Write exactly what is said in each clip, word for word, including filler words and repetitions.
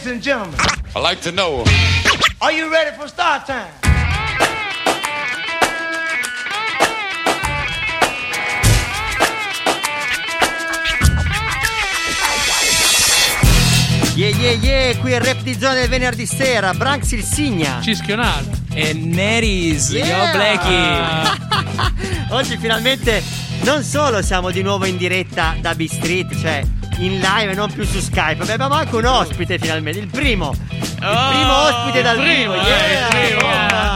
Ladies and gentlemen, I like to know. Are you ready for start time? Yeah yeah yeah, qui è il rap di zona del venerdì sera, Branks il Signa, Cischionato e Neris, yeah. Yo Blacky. Oggi finalmente non solo siamo di nuovo in diretta da B Street, cioè in live e non più su Skype, abbiamo anche un ospite finalmente, il primo, il Oh, primo ospite dal primo, vivo, eh, yeah, il primo.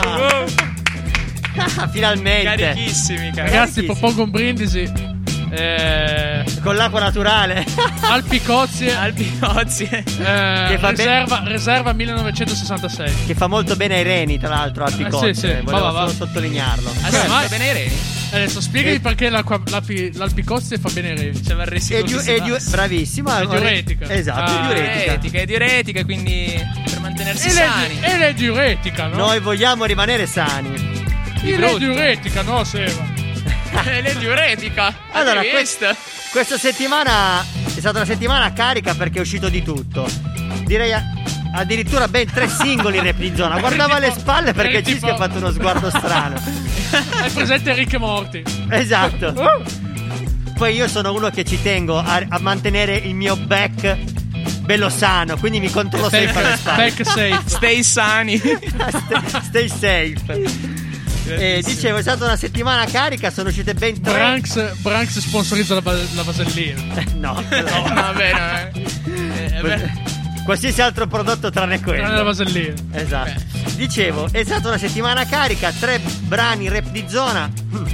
yeah. Finalmente. Carichissimi, cari. Ragazzi, propongo un brindisi eh, con l'acqua naturale. Alpicozie Alpicozie eh, Che fa riserva, riserva millenovecentosessantasei. Che fa molto bene ai reni, tra l'altro, al Picozzi. Eh, sì, sì. Volevo Va, va, va. solo sottolinearlo. Ah, Come sì, mai? fa bene i reni. Adesso spiegami E- perché l'acqua- l'alpi- l'alpicozie fa bene ai reni. C'è il residuo E diu- che si e diu- passa. bravissimo. È diuretica. Esatto, Ah. è diuretica. Diuretica, è diuretica, quindi per mantenersi E sani. le, e le diuretica, no? Noi vogliamo rimanere sani. E le brutto. diuretica, no, Seba? E le diuretica. Allora, Hai que- visto? questa settimana è stata una settimana carica perché è uscito di tutto. Direi a- addirittura ben tre singoli in rap di zona. Guardava alle spalle perché tipo- Cischi ha fatto uno sguardo strano. È presente Ricche Morti. Esatto. Uh, Poi io sono uno che ci tengo a, a mantenere il mio back bello sano, quindi mi controllo sempre alle back, spalle. back safe. Stay sani. Stay safe. Eh, dicevo, è stata una settimana carica, sono uscite ben tre. Branks, Branks sponsorizza la, va- la vasellina. No, No, vabbè, no, eh. Eh, beh. qualsiasi altro prodotto tranne Tranne la quello. vasellina. Esatto. Dicevo, è stata una settimana carica, tre brani rap di zona.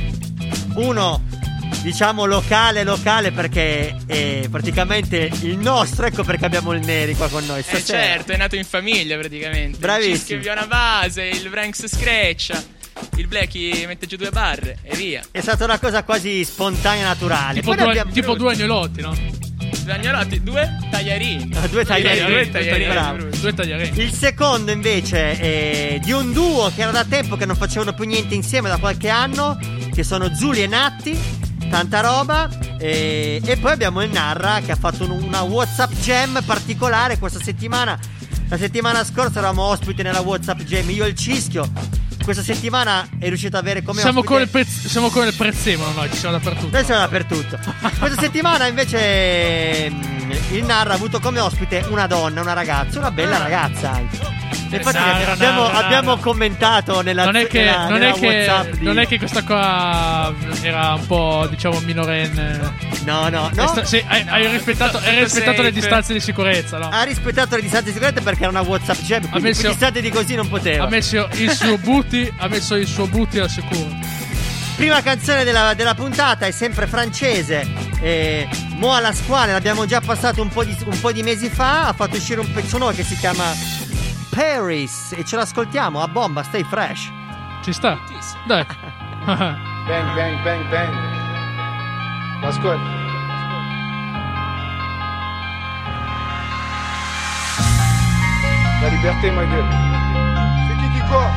Uno, diciamo, locale, locale perché è praticamente il nostro, ecco perché abbiamo il Neri qua con noi Eh stasera. certo, è nato in famiglia praticamente. Bravissimo. Ci scrive una base, il Branks screccia, il Blacky mette giù due barre e via. È stata una cosa quasi spontanea, naturale. Tipo, Poi ne due, abbiamo- tipo due agnolotti, no? Due agnolotti, due tagliarini. Ah, due tagliarini, Due tagliarini. bravo. Bruno. Due tagliarini. Il secondo invece è di un duo che era da tempo che non facevano più niente insieme, da qualche anno, che sono Zuli e Natti, tanta roba. E, e poi abbiamo il Narra che ha fatto un- una WhatsApp Jam particolare questa settimana. La settimana scorsa eravamo ospiti nella WhatsApp Jam, io e il Cischio. Questa settimana è riuscito ad avere come Siamo ospite... come, il prezz- siamo come il prezzemolo, noi ci siamo dappertutto. Noi siamo dappertutto. Questa settimana invece mm, il Narra ha avuto come ospite una donna, una ragazza, una bella ragazza anche. Infatti Narra, abbiamo, Narra, abbiamo Narra. commentato nella, Non è che, nella, non, nella è che WhatsApp di... non è che questa qua era un po', diciamo, minorenne. No, no, no. È sta- sì, hai, hai rispettato, hai rispettato le safe. distanze di sicurezza, no? Ha rispettato le distanze di sicurezza perché era una WhatsApp jam, quindi messo- più distante di così non poteva. Ha messo il suo booty, ha messo il suo booty al sicuro. Prima canzone della, della puntata è sempre francese, eh, Mo alla squale, l'abbiamo già passato un po' di, un po' di mesi fa. Ha fatto uscire un pezzo nuovo che si chiama Paris e ce l'ascoltiamo a bomba, stay fresh. Ci sta? Dai. Bang, bang, bang, bang. That's good. La liberté, ma gueule. C'est qui qui court?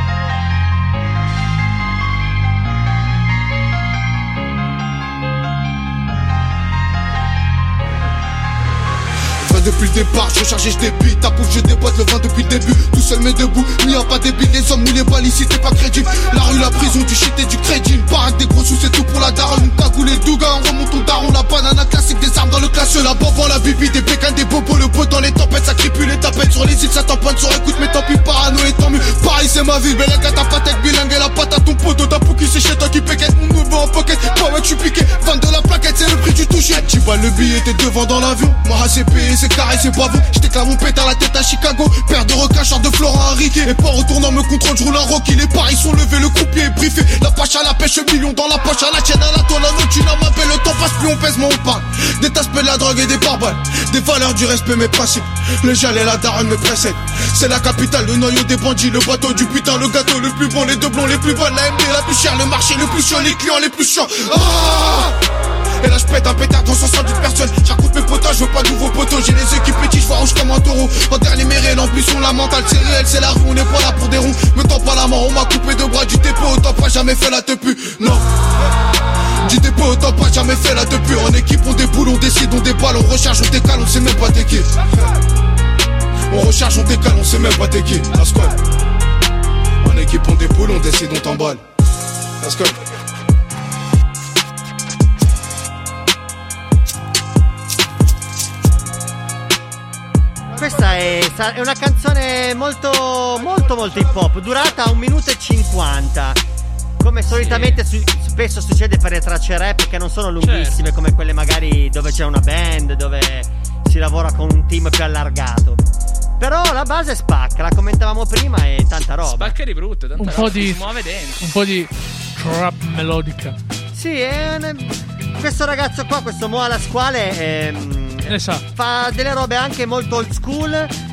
Depuis le départ, je chargeais, je débite. Ta bouffe, je déboîte le vin depuis le début. Tout seul mais debout, n'y a pas débile. Les hommes, ni les balles ici, c'est pas crédible. La rue, la prison, du shit et du crédit. Une baraque, des gros sous, c'est tout pour la daronne. Une cagoule et douga, on remonte ton daron. La banane classique, des armes dans le classe. La bavant, la bibi, des bécanes, des bobos. Le pot dans les tempêtes, ça crépule les tapettes. Sur les îles, ça tamponne sur écoute. Mais tant pis, parano et tant mieux. Paris, c'est ma ville. Belle gars, ta patate bilingue et la patate à ton poteau. Ta pou qui c'est chez toi qui péquette. Mon nouveau en pocket. Bah ouais, tu piqué. vingt-deux la plaquette, c'est le prix du touché. Tu vas le billet, t'es devant dans l'avion. Moi, c'est payé, c'est carré, c'est bravo. J't'éclame mon pète à la tête à Chicago. Père de requin, char de Florent Henrique. Et pas retournant me contrôle, j'roule un rocky. Les paris sont levés, le croupier est briefé. La poche à la pêche, million dans la poche, à la tienne, à la toile, à notre tu n'as m'appelle. Le temps passe, plus on pèse, mais on parle. Des tasses, de la drogue et des pare-balles. Des valeurs, du respect, mes principes. Le gel et la daronne me précèdent. C'est la capitale, le noyau des bandits. Le bateau du putain, le gâteau le plus bon. Les deux blonds les plus bonnes, la M D la plus chère. Le marché le plus chiant, les clients les plus chiants. Ah! Et là je pète un pétard dans son sang d'une personne. J'raconte mes potas, je veux pas de nouveaux potos. J'ai les équipes petits, je rouge comme un taureau. En dernier méré, l'ambition, la mentale, c'est réel, c'est la rue, on n'est pas là pour des ronds. Me tends pas la main, on m'a coupé de bras du dépôt. Autant pas jamais fait la tepu, non. Du dépôt, autant pas jamais fait la tepu. En équipe, on déboule, on décide, on déballe, on recharge, on décale, on sait même pas t'es qui. On recharge, on décale, on sait même pas t'es qui. La squad. En équipe, on dépoule, on décide, on t'emballe. La squad. Questa è, è una canzone molto molto molto hip hop, durata un minuto e cinquanta. Come solitamente su, spesso succede per le tracce rap, che non sono lunghissime, certo, come quelle magari dove c'è una band, dove si lavora con un team più allargato. Però la base spacca, la commentavamo prima, e tanta roba. Spacca di brutto, tanta un roba, po' di, si muove dentro. Un po' di trap melodica. Sì, è un, questo ragazzo qua, questo Moa Lasquale, ehm, ne sa. fa delle robe anche molto old school,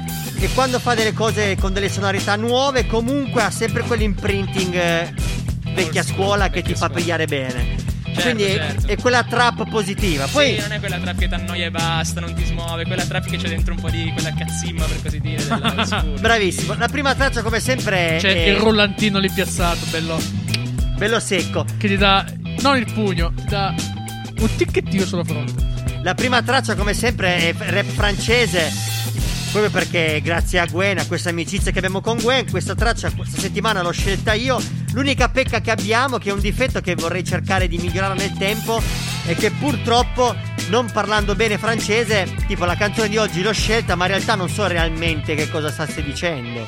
e quando fa delle cose con delle sonorità nuove comunque ha sempre quell'imprinting eh, vecchia scuola che ti fa pigliare bene. Certo, quindi certo. È, è quella trap positiva. Poi sì, non è quella trap che t'annoia e basta, non ti smuove, quella trap che c'è dentro un po' di quella cazzimma, per così dire, della old school. Bravissimo. La prima traccia come sempre c'è è il rullantino lì piazzato, bello bello secco, che ti dà non il pugno, ti dà un ticchettino sulla fronte. La prima traccia come sempre è rap francese, proprio perché grazie a Gwen, a questa amicizia che abbiamo con Gwen, questa traccia questa settimana l'ho scelta io. L'unica pecca che abbiamo, che è un difetto che vorrei cercare di migliorare nel tempo, è che purtroppo, non parlando bene francese, tipo la canzone di oggi l'ho scelta, ma in realtà non so realmente che cosa stesse dicendo.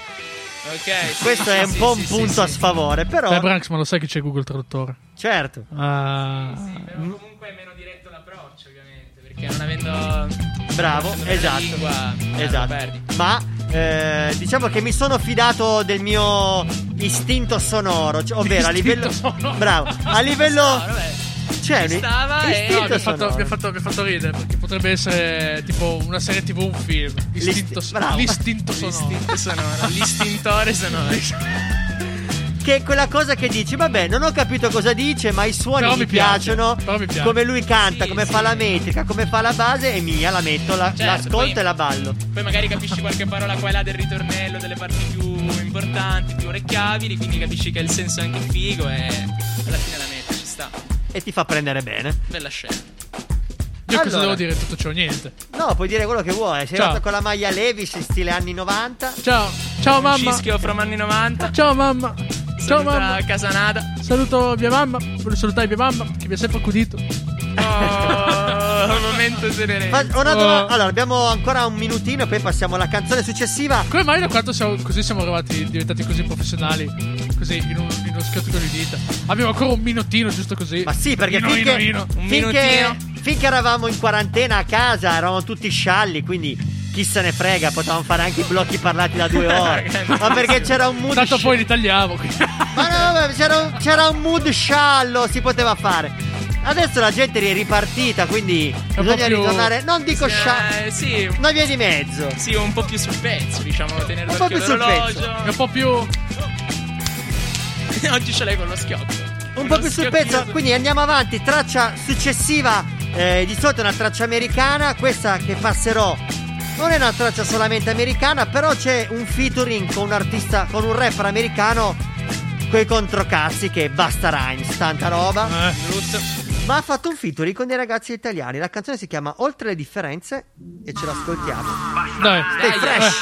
Ok, questo sì, è sì, un sì, po' sì, un sì, punto sì, a sfavore, però Beh, Branks, ma lo sai che c'è Google Traduttore? certo. Ah. sì, però comunque è meno diretto l'approccio, ovviamente, perché non avendo Bravo, non avendo esatto, la lingua, eh, esatto. lo perdi. Ma eh, diciamo che mi sono fidato del mio istinto sonoro, cioè, ovvero a livello sonoro. bravo, a livello No, vabbè. c'è Ci un stava e- istinto No, mi ha fatto, sonoro. mi ha fatto, mi ha fatto ridere, perché potrebbe essere tipo una serie tv, un film. L'istinto, L'isti- bravo. l'istinto sonoro. L'istinto sonoro, l'istintore sonoro. Che è quella cosa che dici, vabbè, non ho capito cosa dice, ma i suoni Però mi, mi piace, piacciono, però mi piace. come lui canta, Sì, come sì. fa la metrica, come fa la base, e mia, la metto, la, Certo, l'ascolto poi- e la ballo. Poi magari capisci qualche parola qua e là del ritornello, delle parti più importanti, più orecchiabili, quindi capisci che il senso è anche figo e alla fine la metti, ci sta. E ti fa prendere bene. Bella scelta. Io cosa Allora. devo dire? Tutto ciò o niente. No, puoi dire quello che vuoi. Sei Ciao. arrivato con la maglia Levi's in stile anni novanta. Ciao, ciao mamma. Scischio from anni novanta. Ciao mamma. Ciao Saluta mamma. Casanata. Saluto mia mamma. Voglio salutare mia mamma che mi ha sempre accudito. Oh, un momento sereno. Ma una Oh. doma- Allora, abbiamo ancora un minutino e poi passiamo alla canzone successiva. Come mai da quanto siamo, così siamo arrivati diventati così professionali? Così in, un, in uno schiocco di dita. Abbiamo ancora un minutino giusto così. Ma sì, perché Ino, finché, ino, ino. Un finché, minutino. finché eravamo in quarantena a casa, eravamo tutti scialli, quindi chi se ne frega, potevamo fare anche i blocchi parlati da due ore. Ma perché c'era un mood Tanto sci- poi li tagliamo. Ma no, vabbè, c'era, un, c'era un mood sciallo, si poteva fare. Adesso la gente è ripartita, quindi po' bisogna più- ritornare. Non dico sciallo, Eh, sì, una via di mezzo. sì, un po' più sul pezzo, diciamo, tenere Un po' l'occhio più sul d'orologio. È un po' più. Oggi ce l'hai con lo schiocco. Un po' più sul pezzo, quindi andiamo avanti. Traccia successiva, eh, di solito è una traccia americana. Questa che passerò non è una traccia solamente americana, però c'è un featuring con un artista, con un rapper americano, coi controcazzi, che è Busta Rhymes, tanta roba. Eh. Brutto. Ma ha fatto un featuring con dei ragazzi italiani. La canzone si chiama Oltre le differenze e ce l'ascoltiamo. Dai. Stay Dai, fresh.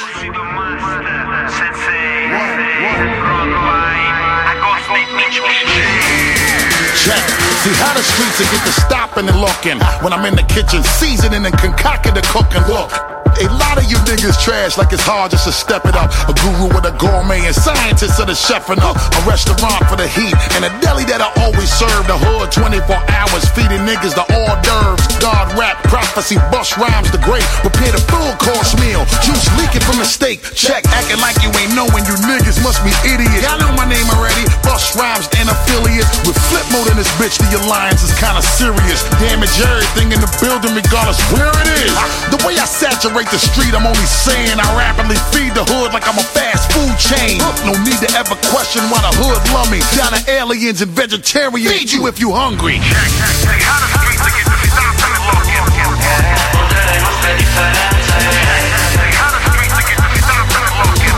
Check. See how the streets will get to stopping and looking when I'm in the kitchen, seasoning and concocting the cooking. Look, a lot of you niggas trash like it's hard just to step it up. A guru with a gourmet and scientist of the chefing up. A restaurant for the heat and a deli that'll always serve the hood twenty-four hours, feeding niggas the hors d'oeuvres. God rap, prophecy, bust rhymes, the great. Prepare the full course meal, juice leaking from the steak. Check, acting like you ain't knowing, you niggas must be idiots. Y'all know my name already, bust rhymes and affiliate. With flip mode in this bitch, the alliance is kinda serious. Damage everything in the building regardless where it is. The way I saturate the street, I'm only saying I rapidly feed the hood like I'm a fast food chain. No need to ever question why the hood love me. Down to aliens and vegetarians, feed you if you hungry. Check, check, check, how the streets to get to stop and looking. Oltre le nostre differenze. Check, how the streets to get to stop and looking.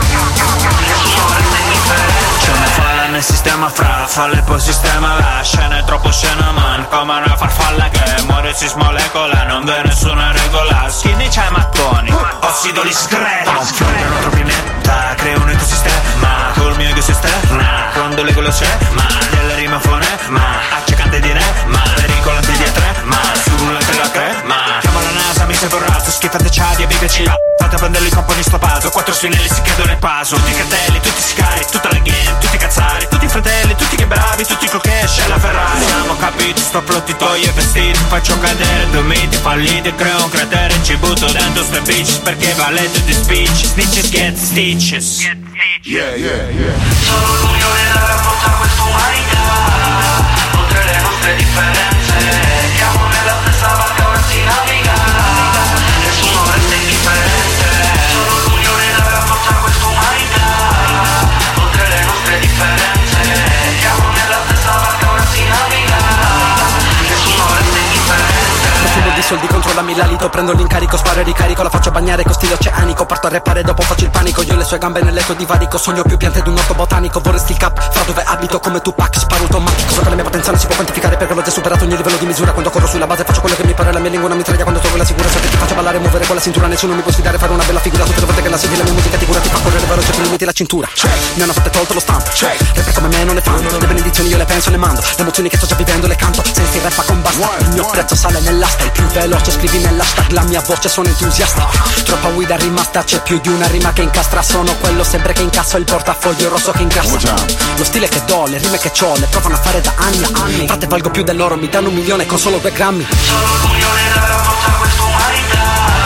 Ce ne fa nel sistema fra falle poi sistema la scena è troppo scena man come una farfalla che muore si smolecola non v'è nessuna regola skinny c'hai mattoni o ossido discreto. Un fiore non troppi metta, creo un ecosistema col mio ecosistema. Quando leggo lo c'è, ma delle rima fonema, accecante di re, ma pericolante di a tre, ma sull'ante la crema. Chiamo la NASA, mi servo un razzo, schifate ciadi e bigaci. Fate prendere il campo di spapato, quattro spinelli si credono nel paso. Tutti i cartelli, tutti i sicari, tutta la gang, tutti i cazzari, tutti i fratelli, tutti che bravi, tutti col cash e la Ferrari. Siamo capiti, sto flotti, toglie i vestiti, faccio cadere due miti falliti, creo un cratere, ci butto dentro ste bitches perché va letto di speech. Snitches get stitches. Yeah, yeah, yeah. Solo l'unione racconta quest'umanità, oltre le nostre differenze. Siamo nella stessa barca, ora si naviga, nessuno resta indifferente. Solo l'unione racconta quest'umanità, oltre le nostre differenze. Siamo nella stessa barca, ora si naviga, nessuno resta indifferente. Fumo di soldi, controllami l'alito, prendo l'incarico, sparo e ricarico, la faccio bagnare con stile oceanico, parto a repare, dopo faccio il panico, io e le sue gambe nel letto di varico, sogno più piante di un orto botanico, vorresti il cap, fra dove abito come Tupac, sparo automatico, so che la mia potenza non si può quantificare perché l'ho già superato ogni livello di misura, quando corro sulla base faccio quello che mi pare, la mia lingua una mitraglia, quando trovo la sicura, so che ti faccio ballare, muovere con la cintura, nessuno mi può sfidare, fare una bella figura, tutte le volte che la senti la mia musica ti cura, ti fa correre veloce, più limiti la cintura, mi hanno fatto tolto lo stampo, rapper come me non le fanno, le benedizioni io le penso, le mando, le emozioni che sto già vivendo le canto, se si rappa con basta, il mio prezzo sale nell'asta, il più veloce, scrivi nell'hashtag, la mia voce sono entusiasta, troppa guida rimasta, c'è più di una rima che incastra, sono quello sempre che incasso, il portafoglio rosso che incassa, lo stile che do, le rime che c'ho, le provano a fare da anni a anni, frate valgo più del loro, mi danno un milione con solo due grammi. Solo l'unione racconta quest'umanità,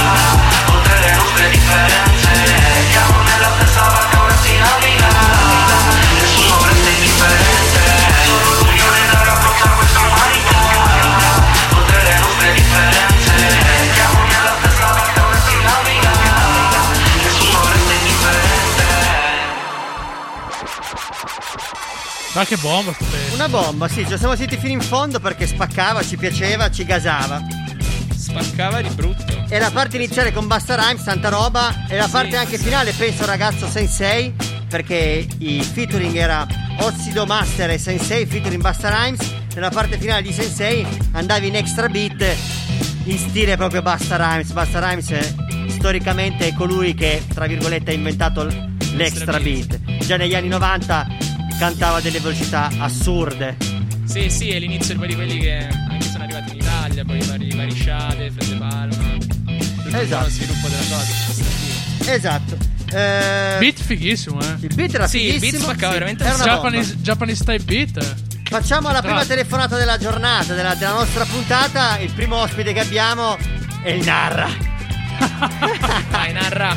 oltre le nostre differenze. Siamo nella stessa barca, ora si naviga, nessuno resta indifferente. Solo l'unione racconta quest'umanità, oltre le nostre differenze. Siamo nella stessa barca, ora si naviga, nessuno resta indifferente. Ma che bomba sto pezzo. Una bomba, sì, ci siamo sentiti fino in fondo perché spaccava, ci piaceva, ci gasava. Spaccava di brutto. E la parte iniziale con Busta Rhymes, tanta roba. E la parte Sì, anche sì. finale, penso ragazzo Sensei, perché i featuring era Ossido Master e Sensei featuring Busta Rhymes. Nella parte finale di Sensei andavi in extra beat in stile proprio Busta Rhymes. Busta Rhymes è, storicamente è colui che tra virgolette ha inventato l- l'extra beat. Già negli anni novanta cantava delle velocità assurde. Sì, sì, è l'inizio di quelli che anche sono arrivati in Italia, poi vari, vari Shade, Fred De Palma. Tutto Esatto. lo sviluppo della cosa, ci sta figo. Esatto. Eh, Beat fighissimo, eh. il beat era Sì, il fighissimo. beat spaccava veramente era una bomba. Japanese, Japanese type beat. Facciamo la prima Tra- telefonata della giornata, della, della nostra puntata. Il primo ospite che abbiamo è il Narra. Vai, narra.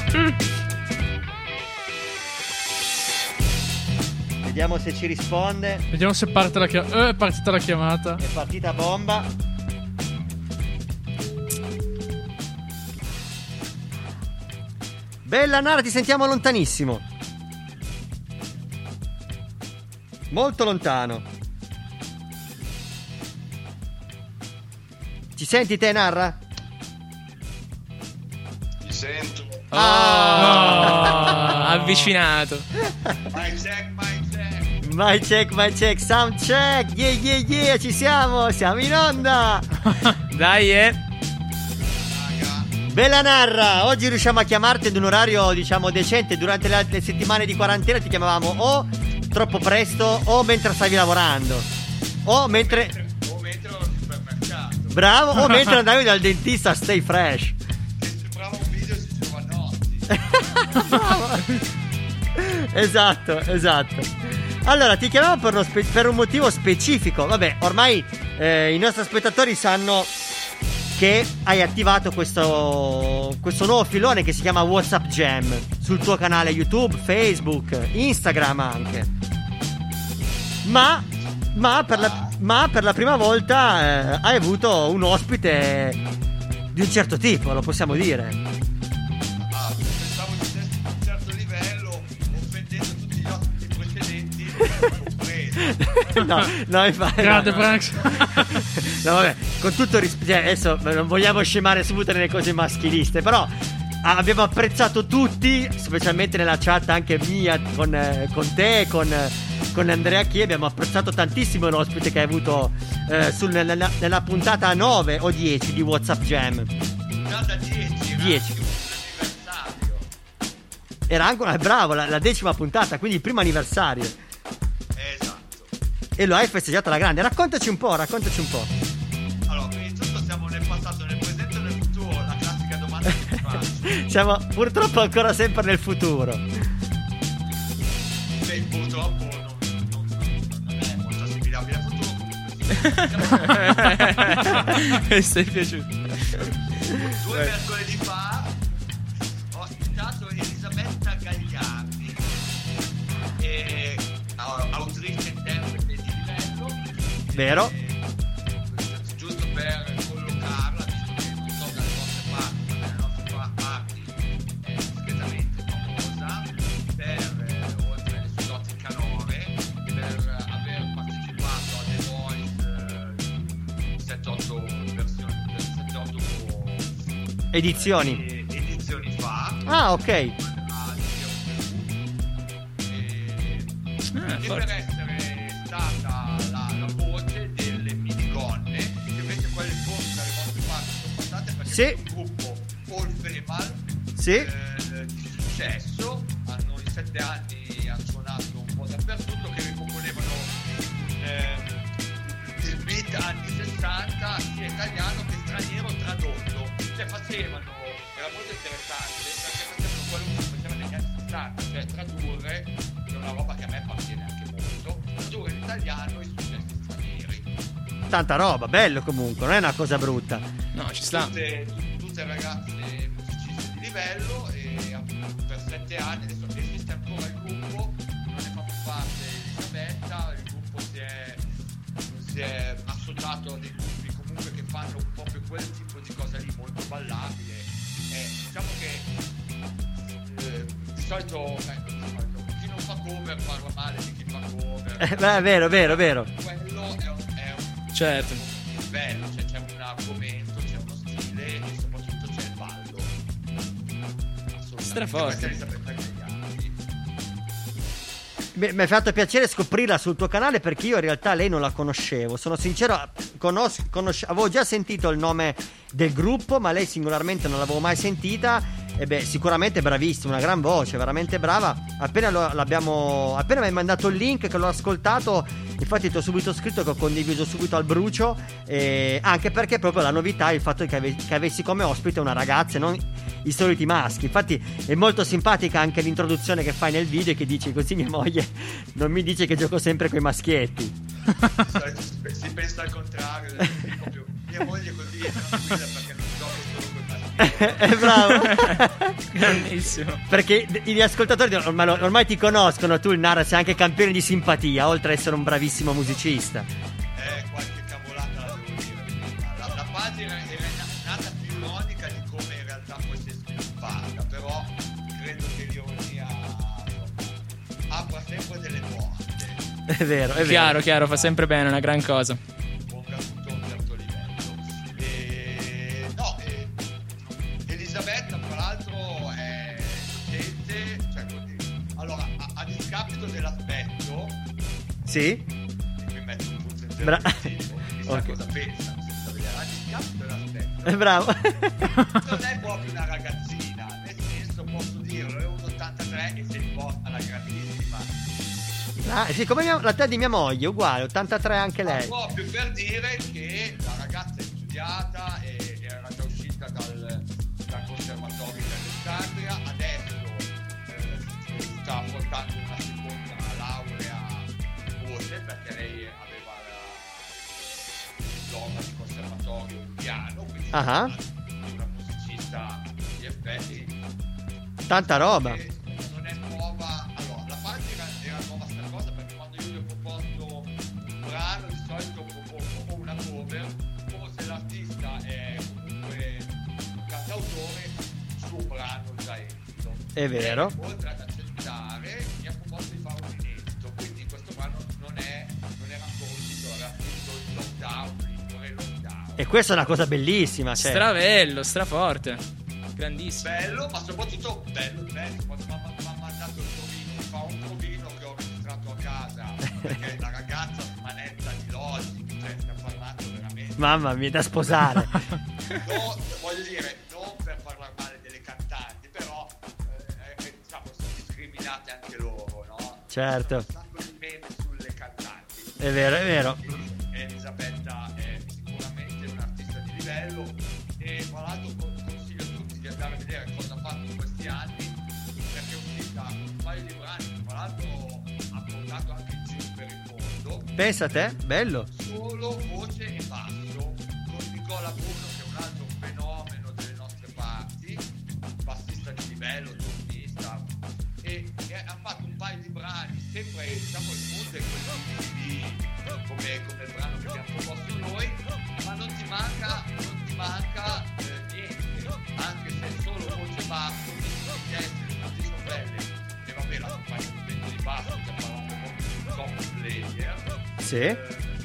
Vediamo se ci risponde. Vediamo se parte la chiamata. Eh, è partita la chiamata. È partita bomba. Bella Narra, ti sentiamo lontanissimo. Molto lontano. Ci senti te, Narra? Mi sento. Ah, avvicinato. Mic check, mic check. My check, my check, sound check. Yeah, yeah, yeah, ci siamo, siamo in onda. Dai, eh. Bella Narra, oggi riusciamo a chiamarti ad un orario, diciamo, decente. Durante le altre settimane di quarantena ti chiamavamo o troppo presto o mentre stavi lavorando. O mentre... O mentre ero al supermercato. Bravo, o mentre andavi dal dentista a Stay Fresh. Se sembrava un video si diceva notti. Esatto, esatto. Allora, ti chiamavo per, uno spe- per un motivo specifico. Vabbè, ormai eh, i nostri spettatori sanno che hai attivato questo, questo nuovo filone che si chiama WhatsApp Jam sul tuo canale YouTube, Facebook, Instagram anche. Ma, ma, per, la, ma per la prima volta eh, hai avuto un ospite di un certo tipo, lo possiamo dire. Ah, pensavo di essere di un certo livello, offendendo tutti gli ospiti precedenti. Compreso. No, no, infatti. Grande no. Branks. No, vabbè, con tutto rispetto, adesso non vogliamo scemare subito nelle cose maschiliste, però abbiamo apprezzato tutti, specialmente nella chat anche mia con, eh, con te, con, con Andrea Chi, abbiamo apprezzato tantissimo l'ospite che hai avuto eh, sul, nella, nella puntata nove o dieci di WhatsApp Jam. Già da dieci. dieci. Era anche una, bravo, la, la decima puntata, quindi il primo anniversario. Esatto. E lo hai festeggiato alla grande. Raccontaci un po', raccontaci un po'. Allora, prima di tutto siamo nel passato, nel presente e nel futuro. La classica domanda che ti faccio. Siamo purtroppo ancora sempre nel futuro. Beh, purtroppo non, non, non è molto assimilabile al futuro. Questo è piaciuto. Due mercoledì fa ho ospitato Elisabetta Gagliardi, e, autrice interprete di livello. Vero? E, giusto per collocarla, visto che non so dalle vostre parti, ma dalle nostre parti è discretamente famosa per, eh, oltre alle sue doti canore, per aver partecipato a The Voice eh, sette otto versioni, sette otto Edizioni. eh, edizioni fa. Ah, ok. a e, Ah, e forte. per essere stata la, la voce delle minigonne, che invece quelle forse dalle vostre parti sono passate perché Sì. è un gruppo all female Sì. eh, di successo. Hanno in sette anni hanno suonato un po' dappertutto, che ricomponevano eh, il beat anni sessanta sia italiano che straniero tradotto, cioè facevano, era molto interessante perché facevano quello che si faceva negli anni sessanta, cioè tradurre, che è una roba che a me appartiene anche molto, tradurre in italiano i successi stranieri. Tanta roba, bello comunque, non è una cosa brutta. No, ci sta. Tutte, tutte ragazze musiciste di livello, e appunto per sette anni adesso esiste ancora il gruppo, non ne fa più parte Elisabetta, il gruppo si è, si è associato a dei gruppi comunque che fanno proprio quel tipo di cosa lì, molto ballabile. E diciamo che eh, di solito, ecco, di solito chi non fa cover parla male di chi fa cover. Eh, beh, è vero, vero, vero. Quello è un, è un Certo. bello, cioè c'è un argomento, c'è uno stile e soprattutto c'è il ballo. Assolutamente. Straforte. Questa è Elisabetta Gagliardi. Beh, mi è fatto piacere scoprirla sul tuo canale, perché io in realtà lei non la conoscevo. Sono sincero, conos- conosce- avevo già sentito il nome del gruppo, ma lei singolarmente non l'avevo mai sentita. E beh, sicuramente bravissima, una gran voce, veramente brava. Appena lo- l'abbiamo appena mi hai mandato il link, che l'ho ascoltato, infatti ti ho subito scritto che ho condiviso subito al brucio, eh, anche perché proprio la novità è il fatto che, ave- che avessi come ospite una ragazza e non i soliti maschi. Infatti è molto simpatica anche l'introduzione che fai nel video, che dici così mia moglie non mi dice che gioco sempre coi maschietti. Di solito si, si pensa al contrario, proprio mia moglie così è tranquilla perché non gioco solo con i È bravo. Grandissimo. Perché gli ascoltatori ormai, ormai ti conoscono, tu il Nara sei anche campione di simpatia, oltre ad essere un bravissimo musicista. Eh, qualche cavolata la devo dire. La, la pagina era nata più ironica di come in realtà poi si è sviluppata, però credo che l'ironia insomma, apra sempre delle porte, È vero, è vero. Chiaro, chiaro, fa sempre bene, una gran cosa. ponga tutto a un certo livello. E, no, e, Elisabetta tra l'altro è docente, cioè così. Allora, a, a discapito dell'aspetto, Sì? e qui metto un punto Bra- interrogativo, chissà Ok. cosa pensa, senza vedere, a discapito dell'aspetto. È bravo. Non è proprio una ragazzina, nel senso, posso dirlo, è un ottantatré e si riporta alla grandissima. Ah, sì, come mia- la te di mia moglie, uguale, ottantatré anche Ma lei. proprio per dire che la ragazza è studiata e era già uscita dal, dal conservatorio di Alessandria, adesso eh, sta portando una seconda laurea in voce, perché lei aveva la il diploma di conservatorio in piano, quindi Ah. una musicista a tutti gli effetti. Tanta roba. E non è nuova. Allora, la pagina era nuova sta cosa, perché quando io gli ho proposto un brano, di solito propongo o una cover, o se l'artista è comunque un cantautore, il suo brano già edito. È vero. E, oltre ad accettare, mi ha proposto di fare un inedito, quindi questo brano non è non era ancora uscito, era scritto il lockdown, il pre-lockdown. E questa è una cosa bellissima, cioè. Stravello, straforte. Grandissimo. Bello, ma soprattutto bello, bello. Quando mi ha mandato il provino, mi fa un provino che ho registrato a casa, perché la ragazza smanetta di Logic, cioè stiamo parlando veramente. Mamma mia, da sposare. No, voglio dire, non per parlare male delle cantanti, però eh, eh, diciamo, se cantanti anche loro, no? Certo. Un sacco di meme sulle cantanti. È vero, è vero. E Elisabetta è sicuramente un artista di livello e tra l'altro consiglio a tutti di andare a vedere cosa ha fatto in questi anni, perché è uscita un paio di brani, tra l'altro ha portato anche in giro per il mondo. Pensa a te, bello. Solo voce e basso, con Nicola Bruno che è un altro fenomeno delle nostre parti, bassista di livello, trombista, e, e ha fatto un paio di brani sempre, diciamo, il mood è quello di, come, come il brano che abbiamo proposto noi, ma non ti manca, non ti manca eh, niente, anche se è solo voce e basso, visto che essere tutti sono belle, e vabbè la compagna di vento di basso, che parlavamo un po' di top player. Sì. Eh,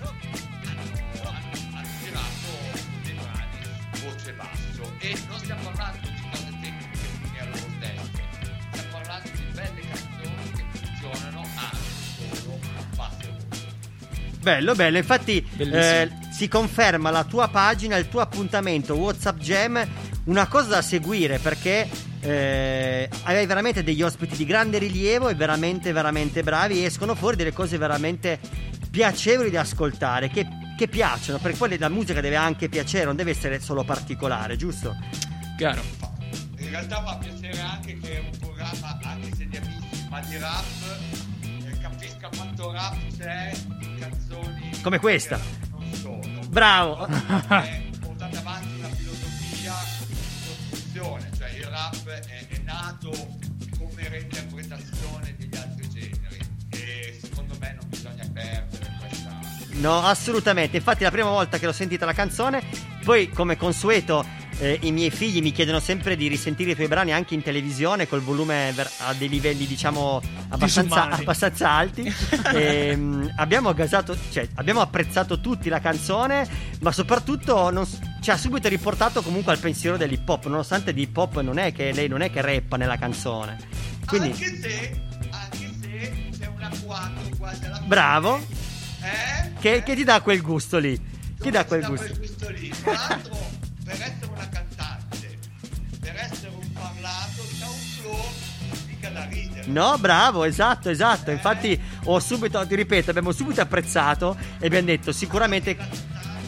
hanno, hanno, hanno girato dei brani voce e basso e non stiamo parlando di cose tecniche fini a loro stesse, stiamo parlando di belle canzoni che funzionano anche solo basso e voce. Bello, bello, infatti eh, si conferma la tua pagina, il tuo appuntamento WhatsApp Jam, una cosa da seguire perché eh, hai veramente degli ospiti di grande rilievo e veramente veramente bravi, escono fuori delle cose veramente piacevoli da ascoltare, che, che piacciono, perché poi la musica deve anche piacere, non deve essere solo particolare, giusto? Chiaro. In realtà fa piacere anche che è un programma, anche se di amici, ma di rap, eh, capisca quanto rap c'è in canzoni come questa. Non sono. Bravo. È portate avanti una filosofia di costruzione, cioè il rap è, è nato come reinterpretazione degli altri generi e secondo me non bisogna perdere questa. No, assolutamente. Infatti la prima volta che l'ho sentita la canzone, poi come consueto eh, i miei figli mi chiedono sempre di risentire i tuoi brani anche in televisione col volume ver- a dei livelli diciamo abbastanza, abbastanza alti. e, mh, abbiamo gasato, cioè abbiamo apprezzato tutti la canzone, ma soprattutto non, ci ha subito riportato comunque al pensiero dell'hip hop, nonostante di hip hop non è che lei non è che rappa nella canzone. Quindi anche se anche se c'è una quattro quasi alla fine. Bravo. Eh? Che, eh? che ti dà quel gusto lì? Chi dà quel dà gusto? quel gusto lì? Tra l'altro, per essere una cantante, per essere un parlato, c'ha un flow mica da ridere. No, bravo, esatto, esatto. Eh? Infatti ho subito, ti ripeto, abbiamo subito apprezzato e abbiamo detto sicuramente.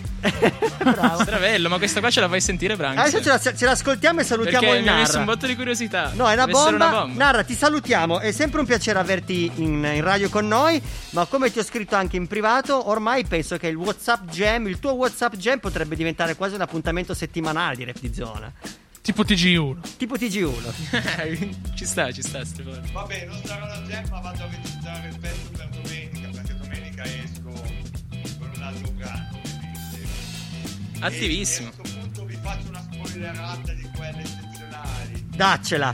Bravo. Stravello, ma questa qua ce la fai sentire, Branks? Adesso ce, la, ce l'ascoltiamo e salutiamo perché il mi ha Narra. messo un botto di curiosità. No, è una Deve bomba. una bomba. Narra, ti salutiamo. È sempre un piacere averti in, in radio con noi. Ma come ti ho scritto anche in privato, ormai penso che il WhatsApp Jam, il tuo WhatsApp Jam potrebbe diventare quasi un appuntamento settimanale di Rap di Zona. Tipo T G uno. Tipo T G uno. Ci sta, ci sta, Stefano. Vabbè, non sarà la Jam, ma vado a registrare il pezzo per domenica, perché domenica esco con un altro brano. Attivissimo. E a questo punto vi faccio una spoilerata di quelle eccezionali. Daccela.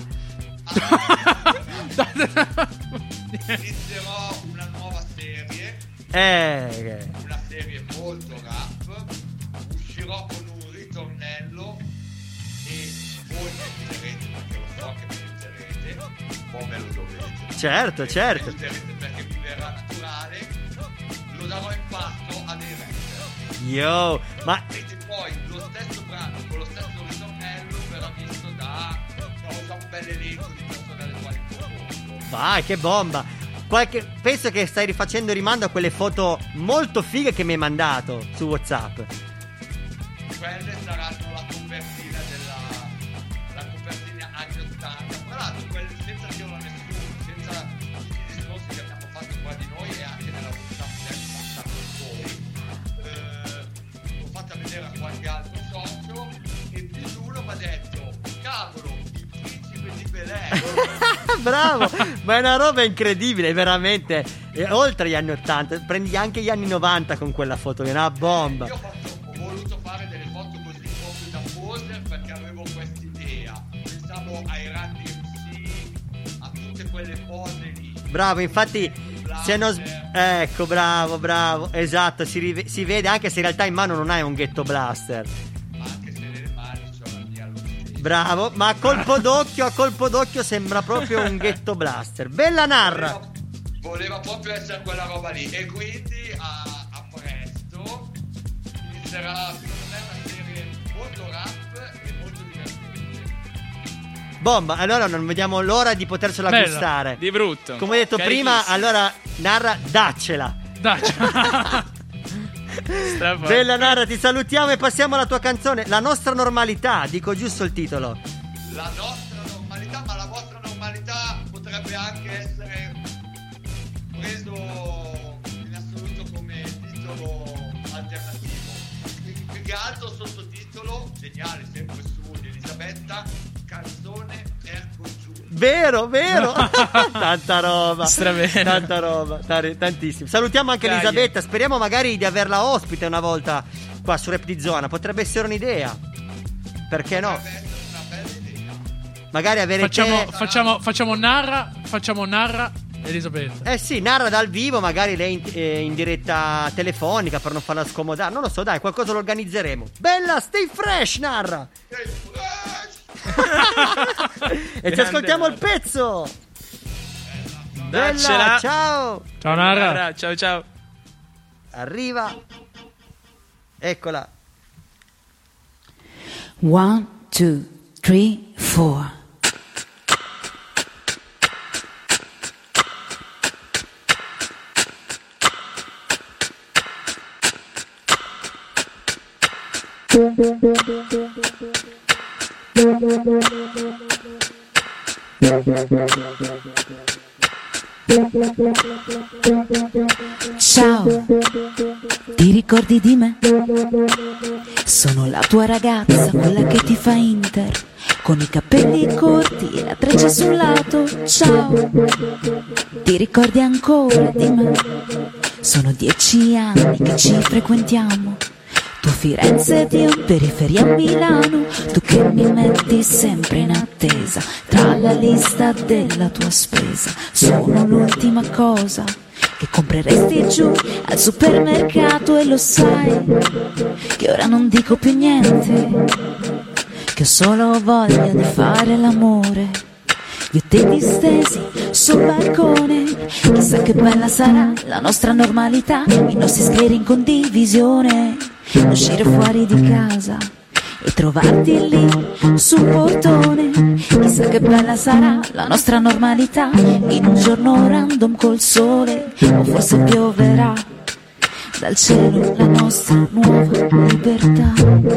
Inizierò una nuova serie. Eh. Una serie molto rap. Uscirò con un ritornello e voi mi aiuterete, perché lo so che mi aiuterete. Un po' me lo dovete. Certo, certo. Mi aiuterete perché mi verrà naturale. Lo darò in pasto a dei rapper. Yo, ma E poi lo stesso brano con lo stesso ritornello verrà visto da, da un bel elenco di persone alle quali propongo. vai, che bomba. Qualche, penso che stai rifacendo rimando a quelle foto molto fighe che mi hai mandato su WhatsApp. Quelle saranno la copertina della la copertina anni ottanta. Tra l'altro quelle senza dirlo a nessuno, senza tutti i discorsi che abbiamo fatto qua di noi e anche nella WhatsApp che abbiamo fatto con voi. Eh, l'ho fatta vedere a qualche altro socio e più di uno mi ha detto: cavolo, il principe di Belè. Bravo, ma è una roba incredibile, veramente. E oltre gli anni ottanta, prendi anche gli anni novanta con quella foto, è una bomba. Io ho, fatto, ho voluto fare delle foto così proprio da poser perché avevo quest'idea. Pensavo ai Randy M C, a tutte quelle pose lì. Bravo, infatti, se non s- ecco, bravo, bravo, esatto, si, rive- si vede anche se in realtà in mano non hai un ghetto blaster. Ma anche se nelle mani c'ho la mia luce. Bravo, ma a colpo d'occhio, a colpo d'occhio sembra proprio un ghetto blaster. Bella Narra. Voleva, voleva proprio essere quella roba lì. E quindi a, a presto inizierà secondo me una serie molto rap e molto divertente. Bomba, allora non vediamo l'ora di potercela Bella. gustare. Di brutto. Come hai detto prima, allora Narra, daccela. Daccela. Bella Narra, ti salutiamo e passiamo alla tua canzone. La nostra normalità, dico giusto il titolo. La nostra normalità, ma la vostra normalità potrebbe anche essere preso in assoluto come titolo alternativo. Più che altro sottotitolo, geniale, sempre su di Elisabetta, canzone Erco giù. Vero, vero. Tanta roba. Stravena. Tanta roba, tare- tantissimo. Salutiamo anche Dai. Elisabetta, speriamo magari di averla ospite una volta qua su Rap di Zona. Potrebbe essere un'idea. Perché no? Potrebbe essere una bella idea. Magari avere Facciamo, te... facciamo, facciamo narra, facciamo narra Elisabetta. Eh sì, Narra dal vivo, magari lei in, eh, in diretta telefonica per non farla scomodare. Non lo so, dai, qualcosa lo organizzeremo. Bella, stay fresh, Narra. E ci ascoltiamo il pezzo. Bella, Daccela. ciao. Ciao Narra. Ciao ciao. Arriva. Eccola. One, two, three, four. Ciao, ti ricordi di me? Sono la tua ragazza, quella che ti fa inter, con i capelli corti e la treccia sul lato. Ciao, ti ricordi ancora di me? Sono dieci anni che ci frequentiamo. Tu a Firenze ed io in periferia a Milano. Tu che mi metti sempre in attesa tra la lista della tua spesa. Sono l'ultima cosa che compreresti giù al supermercato. E lo sai che ora non dico più niente, che ho solo voglia di fare l'amore. Io e te distesi sul balcone. Chissà che bella sarà la nostra normalità, i nostri scleri in condivisione. Uscire fuori di casa e trovarti lì sul portone. Chissà che bella sarà la nostra normalità, in un giorno random col sole. O forse pioverà dal cielo la nostra nuova libertà.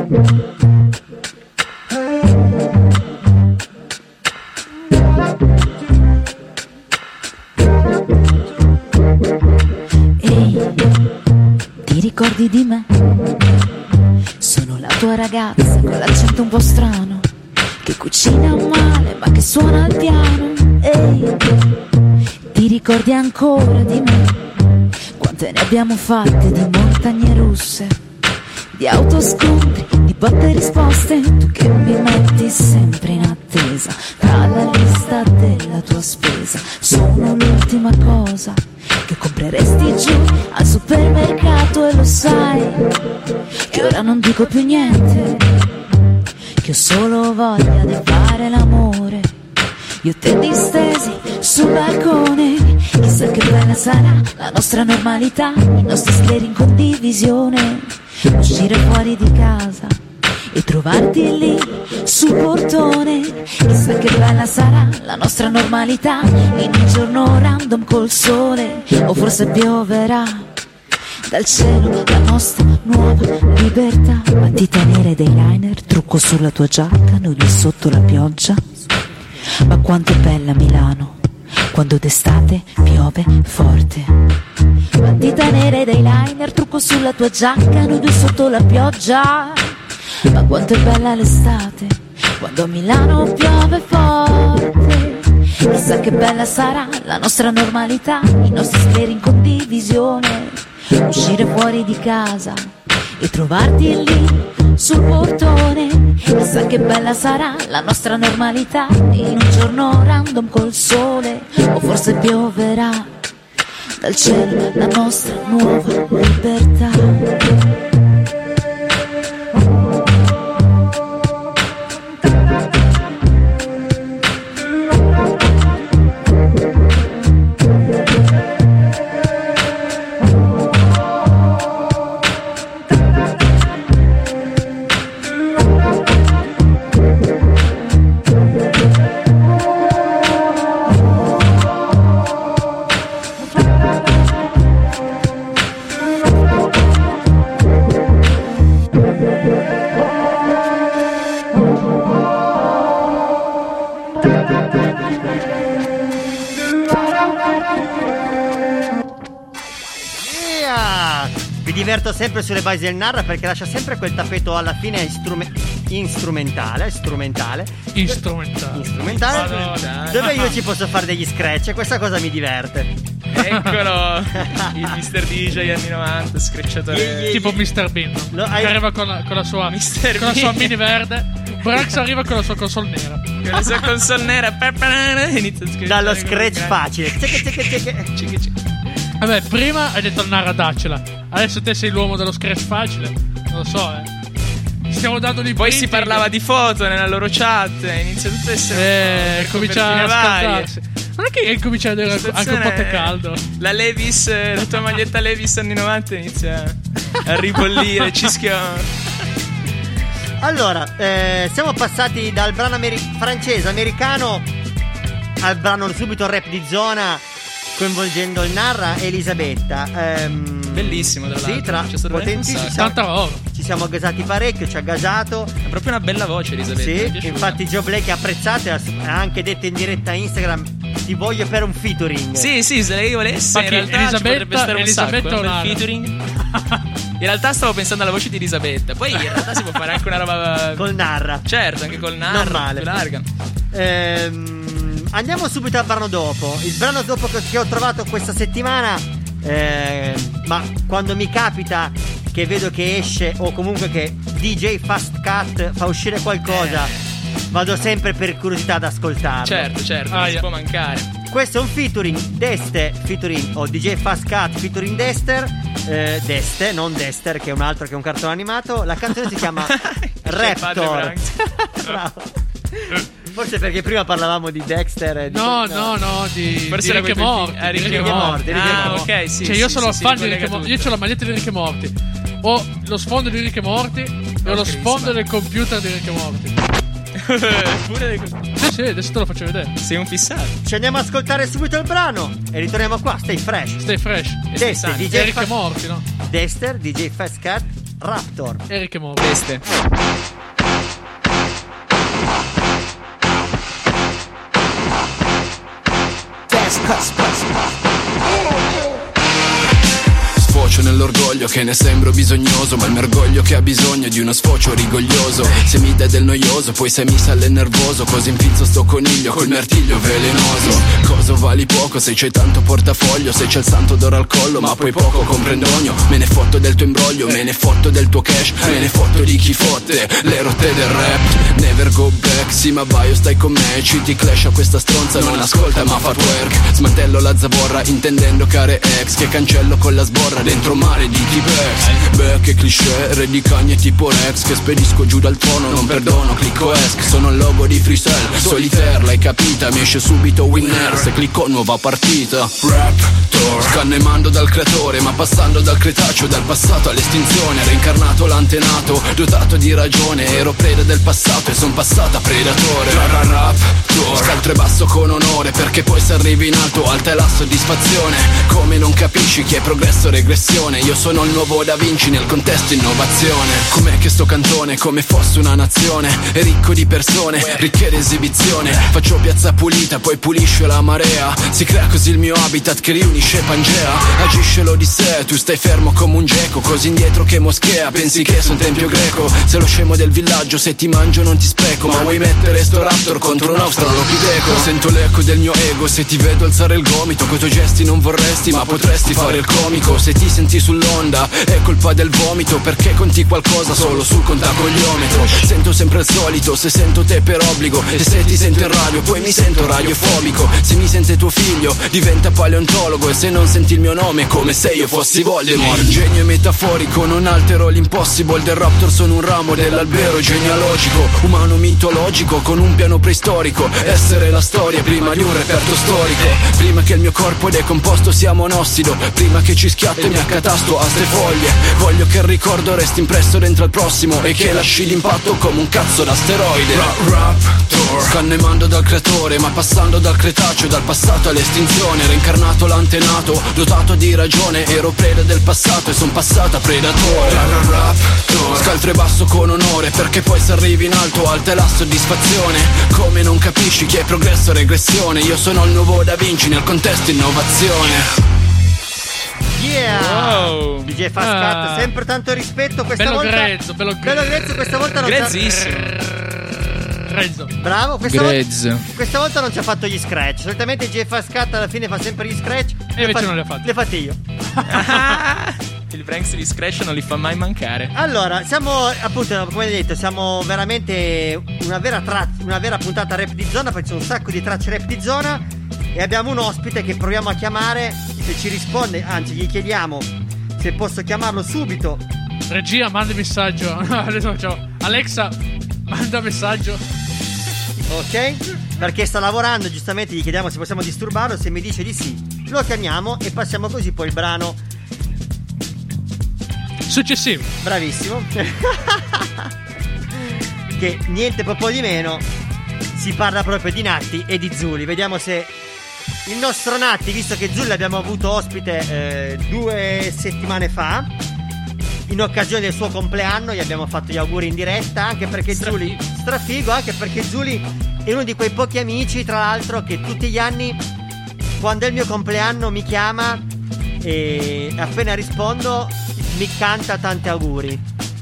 Ehi, ti ricordi di me? Sono la tua ragazza con l'accento un po' strano, che cucina male ma che suona il piano. Ehi, ti ricordi ancora di me? Quante ne abbiamo fatte di montagne russe, di autoscontri, di botte e risposte. Tu che mi metti sempre in attesa tra la lista della tua spesa. Sono l'ultima cosa che compreresti giù al supermercato. E lo sai che ora non dico più niente, che ho solo voglia di fare l'amore. Io e te distesi sul balcone. Chissà che bella sarà la nostra normalità, i nostri scleri in condivisione. Uscire fuori di casa e trovarti lì sul portone. Chissà che bella sarà la nostra normalità, in un giorno random col sole. O forse pioverà dal cielo la nostra nuova libertà. Matita nere dei liner, trucco sulla tua giacca, nudi sotto la pioggia. Ma quanto è bella Milano quando d'estate piove forte. Matita nere dei liner, trucco sulla tua giacca, nudi sotto la pioggia. Ma quanto è bella l'estate quando a Milano piove forte. Chissà che bella sarà la nostra normalità, i nostri scleri in condivisione. Uscire fuori di casa e trovarti lì sul portone. Chissà che bella sarà la nostra normalità, in un giorno random col sole. O forse pioverà dal cielo la nostra nuova libertà. diverto sempre sulle basi del Narra perché lascia sempre quel tappeto alla fine istrume- strumentale, strumentale, Instrumentale. Instrumentale. Madonna. Dove io ci posso fare degli scratch e questa cosa mi diverte. Eccolo, il mister D J anni novanta, screcciatore. Tipo mister Bean, No, che hai- arriva con la, con la sua mister con la sua Bean. mini verde. Brax arriva con la sua console nera. Con la sua console nera e inizia a screcciare. Dallo con scratch il facile. Cecche, cecche, cecche. cane. Cicchi, cicchi. Vabbè, prima hai detto al Narra daccela. Adesso te sei l'uomo dello scratch facile. Non lo so, eh. Stiamo dando di Poi si parlava di foto nella loro chat. Inizia tutto a essere. Eh, comincia a scaldarsi. Non è che comincia ad avere anche un po' te caldo. La Levis, eh, la tua maglietta Levis anni novanta inizia a ribollire, cischia. Allora, eh, siamo passati dal brano ameri- francese americano al brano subito rap di zona coinvolgendo il Narra e Elisabetta. Ehm, Bellissimo, tra l'altro. Sì, tra C'è stato veramente un potentissimo. sacco. Tanta roba. Ci siamo gasati parecchio, ci ha gasato. È proprio una bella voce, Elisabetta. mi è Sì, piaciuta. infatti Joe Blake ha apprezzato e ha ha anche detto in diretta a Instagram: ti voglio per un featuring. Sì, sì, se lei volesse, Ma in chi? realtà Elisabetta- ci potrebbe stare un Elisabetta sacco, o eh, per Lara? featuring. In realtà stavo pensando alla voce di Elisabetta. Poi in realtà si può fare anche una roba Col Narra. certo, anche col Narra, Non male. più larga. Ehm, andiamo subito al brano dopo. Il brano dopo che, che ho trovato questa settimana, ehm, ma quando mi capita che vedo che esce o comunque che D J Fast Cut fa uscire qualcosa, vado sempre per curiosità ad ascoltarlo. Certo, certo, non Ah, si yeah. può mancare. Questo è un featuring Deste, featuring o D J Fast Cut featuring Dester, eh, Deste, non Dester, che è un altro che è un cartone animato. La canzone si chiama C'è il padre Raptor. Branks. Bravo. Forse perché prima parlavamo di Dexter e di No, no, no, di, Forse di era Rick e quel Morty. film- ah, di Rick Rick e e Morty, Morty. Rick e Ah, Morty. ok, sì. Cioè, io sì, sono sì, fan sì, di Rick e collega Morty. Io tutto. ho la maglietta di Rick e Morty. Ho lo sfondo di Rick e Morty e ho lo Carisma. sfondo del computer di Rick e Morty. Pure le cose. Sì, sì, adesso te lo faccio vedere. Sei un fissato. Ci andiamo ad ascoltare subito il brano e ritorniamo qua. Stay fresh. Stay fresh. E stai Dexter, sano. D J E Rick e Fast- Morty, no? Dexter, D J Fast Cut, Raptor. E Rick e Morty. Peste. Sfocio nell'orgoglio che ne sembro bisognoso, ma il mergoglio che ha bisogno di uno sfocio rigoglioso. Se mi dai del noioso, poi se mi sale nervoso, così infilzo sto coniglio col mertiglio velenoso. Coso vali poco se c'hai tanto portafoglio, se c'è il santo d'oro al collo, ma poi poco comprendogno. Me ne fotto del tuo imbroglio, me ne fotto del tuo cash, me ne fotto di chi fotte le rotte del rap. Never go back, sì ma vai o stai con me, citi Clash a questa stronza, non ascolta ma fa twerk. Smantello la zavorra intendendo care ex, che cancello con la sborra dentro mare di T-Bex. Beh che cliché, re di cagne tipo Rex, che spedisco giù dal trono, non perdono, clicco esc. Sono il logo di Freestyle, solitaire, l'hai capita, mi esce subito winner, se clicco nuova partita. Raptor, scannemando dal creatore, ma passando dal cretaceo, dal passato all'estinzione. Reincarnato l'antenato, dotato di ragione, ero preda del passato e son passata predatore. Raptor, scaltro e basso con onore, perché poi se arrivi in alto alta è la soddisfazione. Come non capisci che è progresso o regressione, io sono il nuovo Da Vinci nel contesto innovazione. Com'è che sto cantone, come fosse una nazione, è ricco di persone, ricche d'esibizione. Faccio piazza pulita, poi pulisce la marea, si crea così il mio habitat che riunisce Pangea. Agisce l'Odissea, tu stai fermo come un geco, così indietro che moschea, pensi che sono tempio greco. Sei lo scemo del villaggio, se ti mangio non ti spreco, ma vuoi mettere sto raptor contro un australopiteco. Sento l'eco del mio ego, se ti vedo alzare il gomito, coi tuoi gesti non vorresti, ma potresti fare il comico. Se ti senti sull'onda è colpa del vomito, perché conti qualcosa solo sul contacogliometro. Sento sempre il solito, se sento te per obbligo, e se ti sento in radio poi mi sento radiofobico. Se mi sente tuo figlio diventa paleontologo, e se non senti il mio nome è come se io fossi Voldemort. Ingegno è metaforico, non altero l'impossible del raptor, sono un ramo dell'albero genealogico, umano mitologico con un piano preistorico. Essere la storia prima di un reperto storico, prima che il mio corpo è decomposto sia monossido, prima che ci schiatto e mi accatasto a ste foglie. Voglio che il ricordo resti impresso dentro al prossimo e che lasci l'impatto come un cazzo d'asteroide. Raptor, scannemando dal creatore, ma passando dal cretaceo, dal passato all'estinzione. Reincarnato l'antenato, dotato di ragione, ero preda del passato e son passata predatore. Raptor, scaltro e basso con onore, perché poi se arrivi in alto alta è la soddisfazione. Come non capisci che è progresso o regressione, io sono il nuovo Da Vinci nel contesto innovazione. Yeah! Wow. D J Fascat, Ah. sempre tanto rispetto. Questa Bello volta grezzo, bello bello grezzo, questa volta non Grezzissimo. grezzo. Bravo, questa Grezzo. volta, questa volta non ci ha fatto gli scratch. Solitamente D J Fascat alla fine fa sempre gli scratch. E invece non li ha fatti. Le ho fatti io. Il Branks di Scratch non li fa mai mancare. Allora, siamo appunto, come detto, siamo veramente una vera, tra- una vera puntata rap di zona, perché c'è un sacco di tracce rap di zona e abbiamo un ospite che proviamo a chiamare, se ci risponde, anzi gli chiediamo se posso chiamarlo subito. Regia, manda messaggio. No, adesso facciamo. Alexa, manda messaggio. Ok? Perché sta lavorando, giustamente gli chiediamo se possiamo disturbarlo, se mi dice di sì, lo chiamiamo e passiamo così poi il brano successivo. Bravissimo. Che niente proprio di meno, si parla proprio di Natti e di Zuli. Vediamo se il nostro Natti, visto che Zuli l'abbiamo avuto ospite eh, due settimane fa, in occasione del suo compleanno gli abbiamo fatto gli auguri in diretta, anche perché Zuli, strafigo, anche perché Zuli è uno di quei pochi amici, tra l'altro, che tutti gli anni, quando è il mio compleanno, mi chiama e appena rispondo mi canta tanti auguri.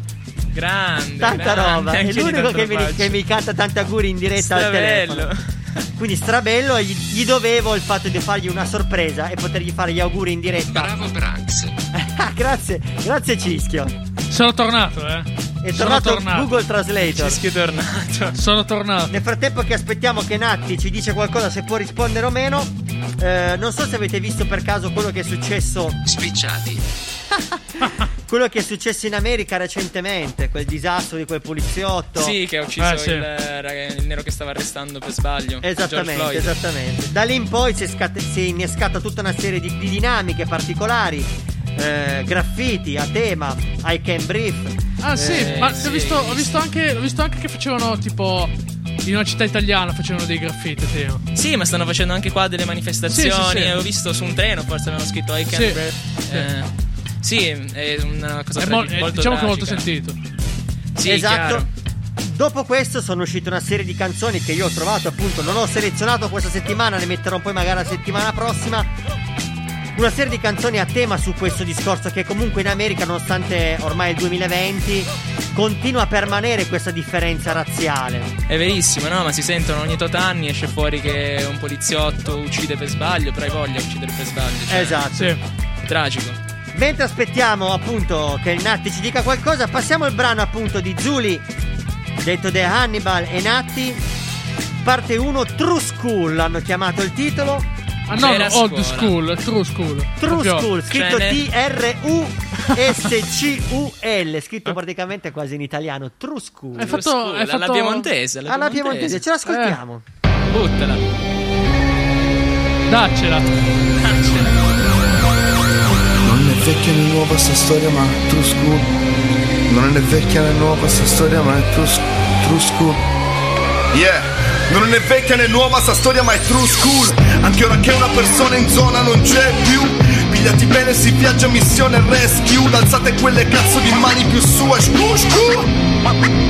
Grande. Tanta grande, roba. È anche di l'unico che mi, controffaccia. che mi canta tanti auguri in diretta al Strabello. telefono. Quindi strabello, e gli, gli dovevo il fatto di fargli una sorpresa e potergli fare gli auguri in diretta. Bravo Branks. Grazie, grazie Cischio. Sono tornato, eh. È Sono tornato tornato. Google Translator. Cischio è tornato. Sono tornato. Nel frattempo che aspettiamo che Natti ci dice qualcosa, se può rispondere o meno, eh, non so se avete visto per caso quello che è successo. Spicciati. Quello che è successo in America recentemente, quel disastro di quel poliziotto. Sì, che ha ucciso Ah, sì. il, rag- il nero che stava arrestando per sbaglio. George Esattamente, Floyd. esattamente. Da lì in poi si è, scat- si è innescata tutta una serie di, di dinamiche particolari, eh, graffiti a tema, I Can Breathe. Ah sì, Eh, ma sì, ho, visto, ho, visto anche, ho visto anche che facevano tipo in una città italiana facevano dei graffiti, Teo. Sì, ma stanno facendo anche qua delle manifestazioni. Sì, sì, sì. Ho visto su un treno, forse avevano scritto I Can Sì, Breathe. sì. Eh, sì, è una cosa È tra- mo- è- molto diciamo che è molto tragica. sentito. Sì, Esatto. chiaro. Dopo questo sono uscite una serie di canzoni che io ho trovato, appunto, non ho selezionato questa settimana, ne metterò poi magari la settimana prossima. Una serie di canzoni a tema su questo discorso che comunque in America, nonostante ormai il duemilaventi, continua a permanere questa differenza razziale. È verissimo, no? Ma si sentono ogni tot anni, esce fuori che un poliziotto uccide per sbaglio, però hai voglia di uccidere per sbaglio. Cioè, Esatto. Sì. tragico. Mentre aspettiamo appunto che il Natti ci dica qualcosa, passiamo il brano appunto di Zuli, detto The Hannibal e Natti. Parte uno, True School hanno chiamato il titolo. Ah no, Vera no, old scuola. school, true school. True Proprio- School, scritto Cioè, ne- T R U S C U L, scritto praticamente quasi in italiano. True School. Hai fatto, Scusa, hai fatto... alla piemontese, alla Alla piemontese. piemontese, ce l'ascoltiamo. Buttala. Daccela. Non è vecchia né nuova sta storia ma è true school. Non è vecchia né nuova sta storia ma è true, true school. Yeah, non è vecchia né nuova sta storia ma è true school. Anche ora che una persona in zona non c'è più, pigliati bene, si viaggia missione rescue. Alzate quelle cazzo di mani più su e scu scu.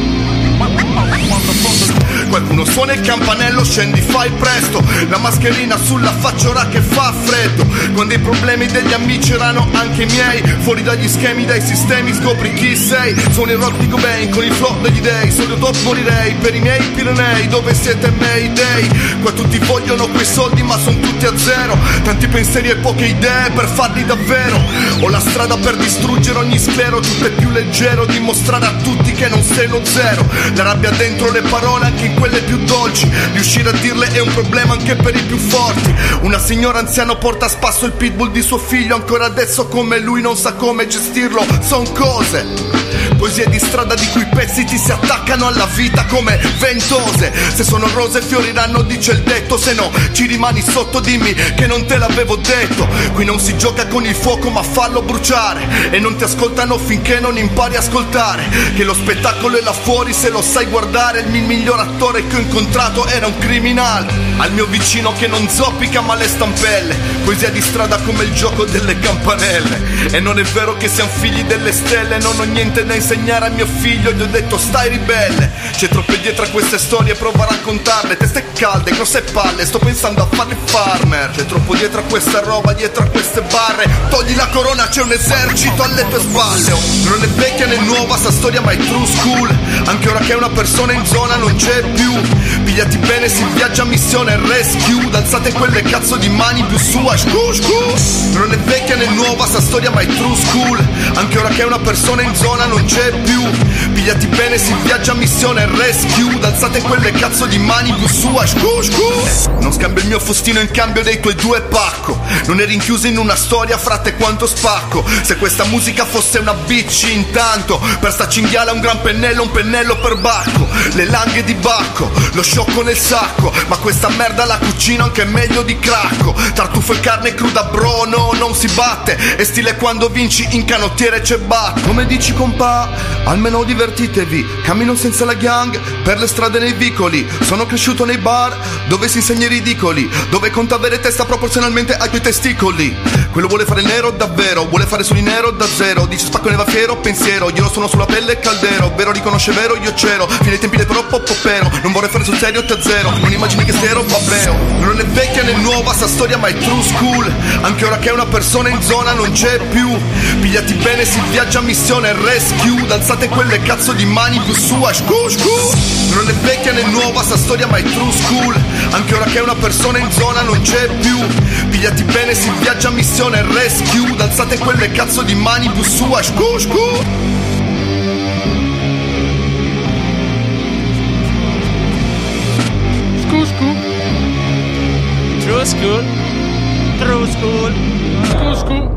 Qualcuno suona il campanello, scendi, fai presto. La mascherina sulla faccia ora che fa freddo. Quando i problemi degli amici erano anche miei, fuori dagli schemi, dai sistemi, scopri chi sei. Sono il rock di Cobain con il flow degli dei. Solo dopo morirei per i miei Pirenei. Dove siete Mayday? Qua tutti vogliono quei soldi ma sono tutti a zero. Tanti pensieri e poche idee per farli davvero. Ho la strada per distruggere ogni sclero. Tutto è più leggero, dimostrare a tutti che non sei lo zero. La rabbia dentro le parole, anche in quelle più dolci. Riuscire a dirle è un problema anche per i più forti. Una signora anziana porta a spasso il pitbull di suo figlio. Ancora adesso come lui non sa come gestirlo. Son cose, poesie di strada di cui pezzi ti si attaccano alla vita come ventose. Se sono rose fioriranno, dice il detto. Se no ci rimani sotto, dimmi che non te l'avevo detto. Qui non si gioca con il fuoco ma fallo bruciare. E non ti ascoltano finché non impari a ascoltare. Che lo spettacolo è là fuori se lo sai guardare. Il mio miglior attore che ho incontrato era un criminale. Al mio vicino che non zoppica ma le stampelle. Poesia di strada come il gioco delle campanelle. E non è vero che siamo figli delle stelle. Non ho niente da insegnare insegnare a mio figlio, gli ho detto stai ribelle. C'è troppe dietro a queste storie, prova a raccontarle. Teste calde, grosse palle, sto pensando a fare farmer. C'è troppo dietro a questa roba, dietro a queste barre. Togli la corona, c'è un esercito alle tue spalle. Non è vecchia né nuova sta storia, ma è true school. Anche ora che una persona in zona non c'è più. Pigliati bene, si viaggia a missione rescue. Alzate quelle cazzo di mani più su a scu, scu. Non è vecchia né nuova sta storia, ma è true school. Anche ora che una persona in zona non c'è più. Pigliati bene, si viaggia a missione rescue. Alzate quelle cazzo di mani più su a scu, scu. Non scambio il mio fustino in cambio dei tuoi due pacco. Non eri rinchiuso in una storia, frate quanto spacco. Se questa musica fosse una bitch intanto, per sta cinghiala un gran pennello, un pennello per Bacco. Le langhe di Bacco, lo sciocco nel sacco. Ma questa merda la cucino anche meglio di Cracco. Tartufo e carne cruda bro, no, non si batte. E stile quando vinci in canottiere c'è bat. Come dici compà, almeno divertitevi. Cammino senza la gang, per le strade nei vicoli. Sono cresciuto nei bar, dove si insegna i ridicoli. Dove conta avere testa proporzionalmente ai tuoi testicoli. Quello vuole fare il nero davvero, vuole fare solo il nero da zero. Dice spacco ne va fiero, pensiero. Io lo sono sulla pelle caldero. Vero riconosce vero, io c'ero. Fino ai tempi del troppo popero. Non vorrei fare sul serio te zero. Non immagini che stero, vabbè. Non è vecchia né nuova sta storia, ma è true school. Anche ora che una persona in zona non c'è più. Pigliati bene, si viaggia a missione rescue. Alzate quelle cazzo di mani più su a scu, scu. Non è vecchia né nuova sta storia, ma è true school. Anche ora che una persona in zona non c'è più. Pigliati bene, si viaggia a missione rescue. Alzate quelle cazzo di mani più su a scu, scu. Scu, scu. True school. True school. Scu, scu.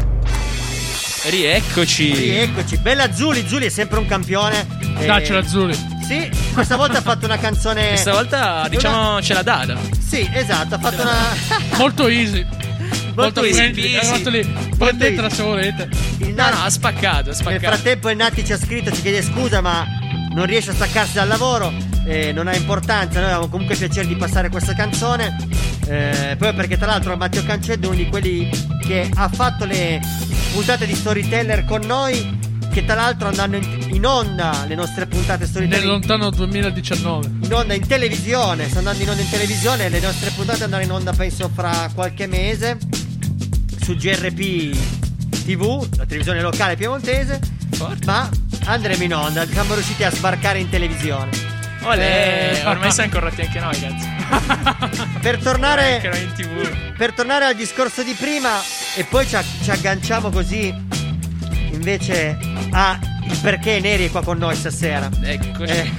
Rieccoci. Rieccoci. Bella Zuli, Zuli è sempre un campione. Daccela Zuli. Sì, questa volta ha fatto una canzone. Questa volta diciamo una... ce l'ha data. Sì, esatto, ha fatto una. Molto easy. Molto, molto easy. È fatto lì. Prendetela se volete. Il no, no, ha spaccato, ha spaccato. Nel frattempo il Natti ci ha scritto, ci chiede scusa, ma non riesce a staccarsi dal lavoro. Eh, non ha importanza, noi avevamo comunque piacere di passare questa canzone. Eh, poi perché tra l'altro Matteo Cancello è uno di quelli che ha fatto le puntate di Storyteller con noi, che tra l'altro andranno in, in onda le nostre puntate Storyteller nel lontano duemiladiciannove, in onda in televisione. Stanno andando in onda in televisione. Le nostre puntate andranno in onda penso fra qualche mese su G R P tivù, la televisione locale piemontese. Forte. Ma andremo in onda, siamo riusciti a sbarcare in televisione. Olè, eh, ormai siamo corrotti anche noi, cazzo. Per tornare anche noi in tivù. Per tornare al discorso di prima, e poi ci, ci agganciamo così invece a il perché Neri è qua con noi stasera. Eccoci. Eh,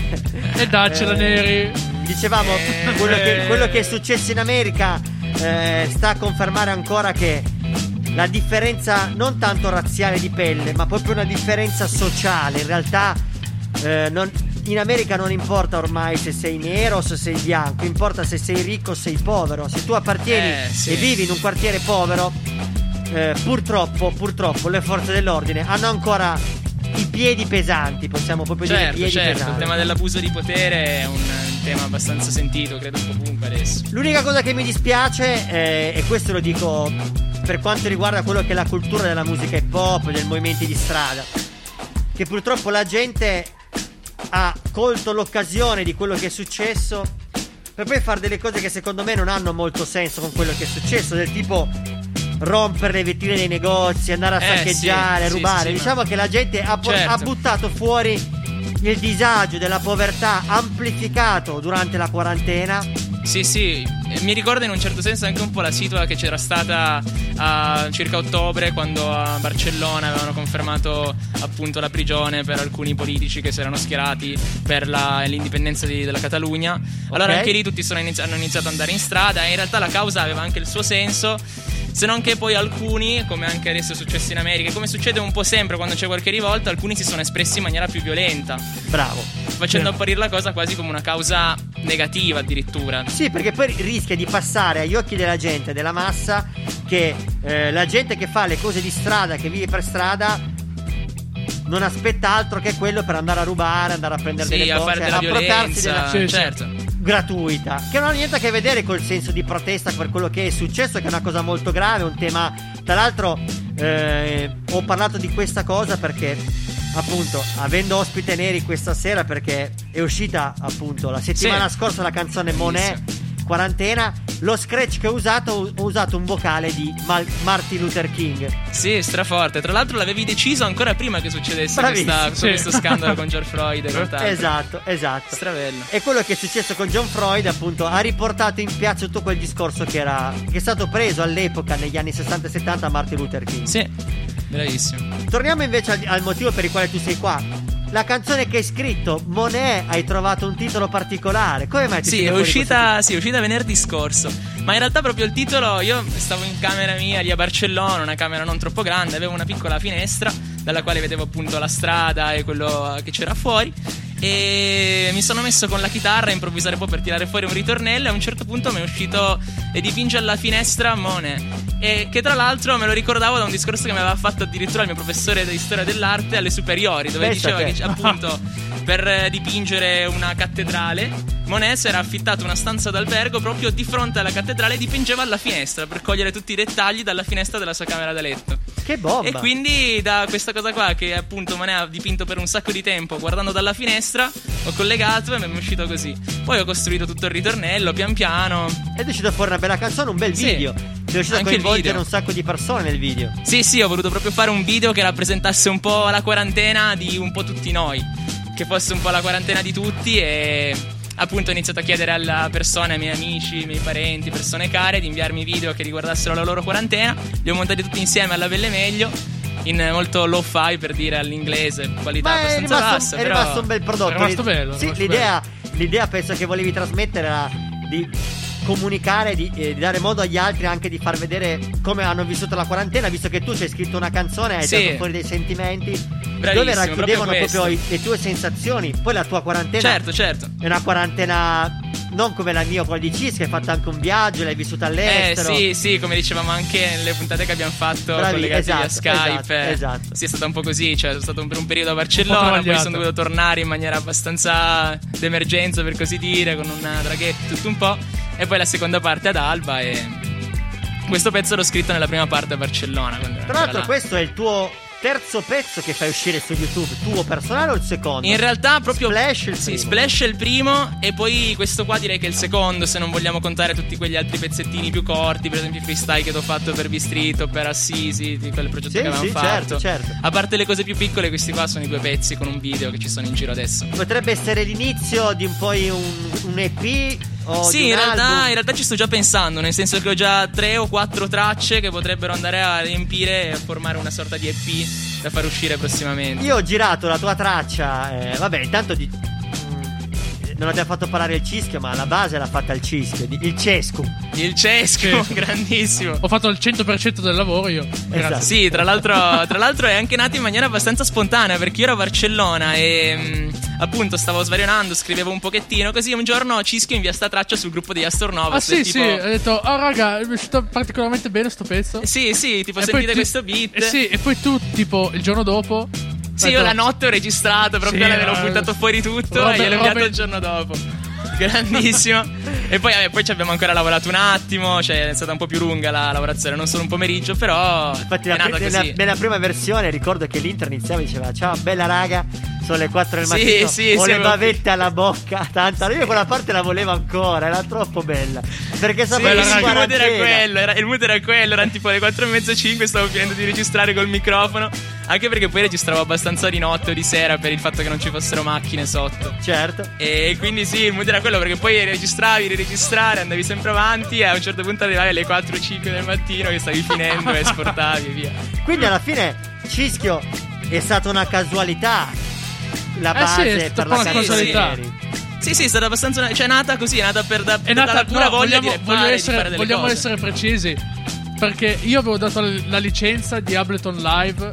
e daccela, eh, Neri. Dicevamo, eh, quello, che, quello che è successo in America eh, sta a confermare ancora che la differenza non tanto razziale di pelle, ma proprio una differenza sociale. In realtà eh, non, in America non importa ormai se sei nero o se sei bianco, importa se sei ricco o sei povero. Se tu appartieni eh, sì. e vivi in un quartiere povero, eh, purtroppo, purtroppo le forze dell'ordine hanno ancora i piedi pesanti, possiamo proprio certo, dire piedi certo. pesanti. Il tema dell'abuso di potere è un, un tema abbastanza sentito, credo un po' ovunque adesso. L'unica cosa che mi dispiace, eh, e questo lo dico per quanto riguarda quello che è la cultura della musica hip hop, dei movimenti di strada, che purtroppo la gente ha colto l'occasione di quello che è successo per poi fare delle cose che secondo me non hanno molto senso con quello che è successo, del tipo rompere le vetrine dei negozi, andare a eh, saccheggiare, sì, rubare. sì, sì, diciamo ma... che la gente ha, po- certo. ha buttato fuori il disagio della povertà amplificato durante la quarantena. Sì, sì, mi ricorda in un certo senso anche un po' la situazione che c'era stata a circa ottobre, quando a Barcellona avevano confermato appunto la prigione per alcuni politici che si erano schierati per la, l'indipendenza di, della Catalogna. Allora okay. anche lì tutti sono inizi- hanno iniziato ad andare in strada, e in realtà la causa aveva anche il suo senso, se non che poi alcuni, come anche adesso è successo in America, come succede un po' sempre quando c'è qualche rivolta, alcuni si sono espressi in maniera più violenta. Bravo. Facendo apparire la cosa quasi come una causa negativa addirittura. Sì, perché poi rischia di passare agli occhi della gente, della massa, che eh, la gente che fa le cose di strada, che vive per strada, non aspetta altro che quello per andare a rubare, andare a prendere sì, delle a cose, fare della appropriarsi violenza, della sì, certo. gratuita, che non ha niente a che vedere col senso di protesta per quello che è successo, che è una cosa molto grave, un tema. Tra l'altro eh, ho parlato di questa cosa perché appunto, avendo ospite Neri questa sera, perché è uscita appunto la settimana Sì. scorsa la canzone Monet, Quarantena, lo scratch che ho usato, ho usato un vocale di Mal- Martin Luther King. Sì, straforte. Tra l'altro l'avevi deciso ancora prima che succedesse Bravissimo. questa, Sì. questo scandalo con George Floyd e quant'altro. Esatto, esatto. Stravello. E quello che è successo con John Floyd, appunto, ha riportato in piazza tutto quel discorso che era che è stato preso all'epoca negli anni sessanta e settanta a Martin Luther King. Sì, bravissimo. Torniamo invece al, al motivo per il quale tu sei qua. La canzone che hai scritto, Monet, hai trovato un titolo particolare. Come mai ti Sì, sei è fuori uscita, sì, è uscita venerdì scorso. Ma in realtà proprio il titolo, io stavo in camera mia lì a Barcellona, una camera non troppo grande, avevo una piccola finestra dalla quale vedevo appunto la strada e quello che c'era fuori. E mi sono messo con la chitarra a improvvisare un po' per tirare fuori un ritornello. E a un certo punto mi è uscito e dipinge alla finestra Monet. E che tra l'altro me lo ricordavo da un discorso che mi aveva fatto addirittura il mio professore di storia dell'arte alle superiori, dove Pensa diceva te. che appunto per dipingere una cattedrale Monet si era affittato una stanza d'albergo proprio di fronte alla cattedrale e dipingeva alla finestra per cogliere tutti i dettagli dalla finestra della sua camera da letto. Che bomba! E quindi da questa cosa qua che appunto Monet ha dipinto per un sacco di tempo guardando dalla finestra, ho collegato e mi è uscito così. Poi ho costruito tutto il ritornello pian piano. Ed è uscito fuori una bella canzone, un bel Sì. video. Sei riuscito a Anche il coinvolgere video. un sacco di persone nel video. Sì, sì, ho voluto proprio fare un video che rappresentasse un po' la quarantena di un po' tutti noi, che fosse un po' la quarantena di tutti. E appunto ho iniziato a chiedere alla persona, ai miei amici, ai miei parenti, persone care, di inviarmi video che riguardassero la loro quarantena. Li ho montati tutti insieme alla belle meglio, in molto lo-fi, per dire all'inglese, qualità Ma è abbastanza rimasto, bassa. è però rimasto un bel prodotto. È rimasto bello, è Sì, rimasto l'idea, l'idea penso che volevi trasmettere era di comunicare, di, eh, di dare modo agli altri anche di far vedere come hanno vissuto la quarantena, visto che tu ci hai scritto una canzone, hai Sì. tirato fuori dei sentimenti Bravissimo, dove racchiudevano proprio proprio, i- le tue sensazioni. Poi la tua quarantena Certo, certo. è una quarantena non come la mia, quella di Cis, che hai fatto anche un viaggio, l'hai vissuta Eh all'estero. sì, sì, come dicevamo anche nelle puntate che abbiamo fatto Bravi, collegate via esatto, Skype. esatto, esatto. Sì, è stata un po' così, cioè sono stato per un periodo a Un po' Barcellona, poi travagliato. sono dovuto tornare in maniera abbastanza d'emergenza, per così dire, con una draghetta, tutto un po'. E poi la seconda parte ad Alba, e questo pezzo l'ho scritto nella prima parte a Barcellona. quando ero Tra l'altro là. questo è il tuo terzo pezzo che fai uscire su YouTube, tuo personale o il secondo? In realtà proprio Splash il sì, primo. Splash è il primo, e poi questo qua direi che è il secondo, se non vogliamo contare tutti quegli altri pezzettini più corti, per esempio i freestyle che ho fatto per B-Street o per Assisi, di quel progetto Sì, che avevamo sì, fatto. certo, certo. A parte le cose più piccole, questi qua sono i due pezzi con un video che ci sono in giro adesso. Potrebbe essere l'inizio di un poi un, un E P o Sì, di un in realtà, album. in realtà ci sto già pensando, nel senso che ho già tre o quattro tracce che potrebbero andare a riempire e a formare una sorta di E P da far uscire prossimamente. Io ho girato la tua traccia, eh, vabbè, intanto di, mm, non abbiamo fatto parlare il Cischio, ma la base l'ha fatta il Cischio, di- il Cescu. Il Cesco, Sì. grandissimo. Ho fatto il cento per cento del lavoro io. Grazie. Esatto. Sì, tra l'altro, tra l'altro è anche nato in maniera abbastanza spontanea, perché io ero a Barcellona e mh, appunto stavo svarionando, scrivevo un pochettino, così un giorno Cischio invia sta traccia sul gruppo degli Astronovas. Ah sì, e tipo, sì, ho detto, oh raga, mi è uscito particolarmente bene sto pezzo. Sì, sì, tipo E sentite poi tu- questo beat. Eh sì, e poi tu, tipo, il giorno dopo. Sì, ho io detto, la notte ho registrato, proprio Sì, l'avevo eh, buttato fuori tutto robe- e gliel'ho inviato robe- il giorno dopo. Grandissimo. E poi, vabbè, poi ci abbiamo ancora lavorato un attimo, cioè è stata un po' più lunga la lavorazione, non solo un pomeriggio, però Infatti è la- nata nella, così. nella prima versione ricordo che l'intro iniziava e diceva ciao bella raga, sono le quattro del Sì, mattino, sì, ho sì, le avevo- bavette alla bocca, tanta. Io quella parte la volevo ancora, era troppo bella. Perché Sì, sapevo sì, in il mood era quarantena. quello, era, il mood era quello, erano tipo le quattro e mezza, cinque, stavo finendo di registrare col microfono, anche perché poi registravo abbastanza di notte o di sera per il fatto che non ci fossero macchine sotto. Certo. E quindi sì, il mood era quello, perché poi registravi, riregistrare, andavi sempre avanti e a un certo punto arrivavi alle quattro o cinque del mattino che stavi finendo e esportavi e via. Quindi alla fine Cischio è stata una casualità la Eh sì, è base stata per un la po' una canzone casualità. di ieri. Sì, sì, è stata abbastanza. Cioè, è nata così, è nata per da, È nata, dalla pura no, voglia vogliamo, di voglio fare, essere, di fare delle vogliamo cose. essere precisi. Perché io avevo dato la licenza di Ableton Live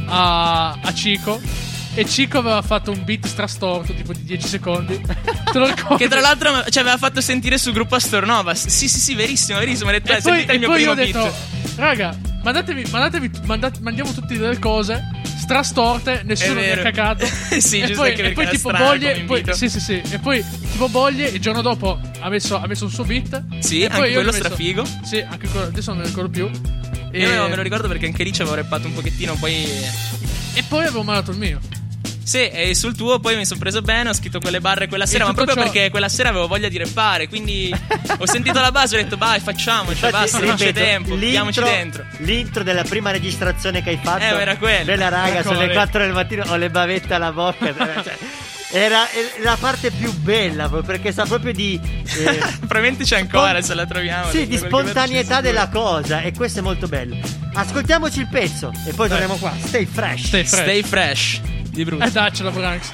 a, a Cico. E Cico aveva fatto un beat strastorto tipo di dieci secondi. Te lo ricordi? Che tra l'altro ci aveva fatto sentire sul gruppo Astronovas. Sì, sì, sì, verissimo, verissimo. Ho detto, E eh, poi, sentite il e mio poi io primo ho beat. detto, raga, mandatevi, mandatevi mandat- mandiamo tutti delle cose strastorte, nessuno mi ha vero. cagato. Sì, e giusto, poi, anche e perché poi era tipo strano Boglie, come poi, invito. sì, sì, sì. E poi tipo Boglie, il giorno dopo ha messo, ha messo un suo beat. Sì, e anche poi io quello gli ho messo- strafigo. Sì, anche quello, adesso non me lo ricordo più. E, Io me lo ricordo perché anche lì ci avevo rappato un pochettino, poi. e poi avevo mandato il mio. Sì, e sul tuo poi mi sono preso bene, ho scritto quelle barre quella sera, ma tutto proprio ciò- perché quella sera avevo voglia di rappare, quindi ho sentito la base e ho detto vai, facciamoci, Infatti, basta, non c'è ripeto, tempo, diamoci l'intro, dentro. l'intro della prima registrazione che hai fatto Eh, era quella. bella raga, Ecco, sono le lì. quattro del mattino, ho le bavette alla bocca, cioè, era era la parte più bella proprio, perché sa proprio di eh, Probabilmente c'è ancora se la troviamo. sì, di da qualche spontaneità parte della cosa, e questo è molto bello. Ascoltiamoci il pezzo e poi torniamo qua. Stay fresh. Stay fresh. Stay fresh di Bruce. Eh daccela Branks.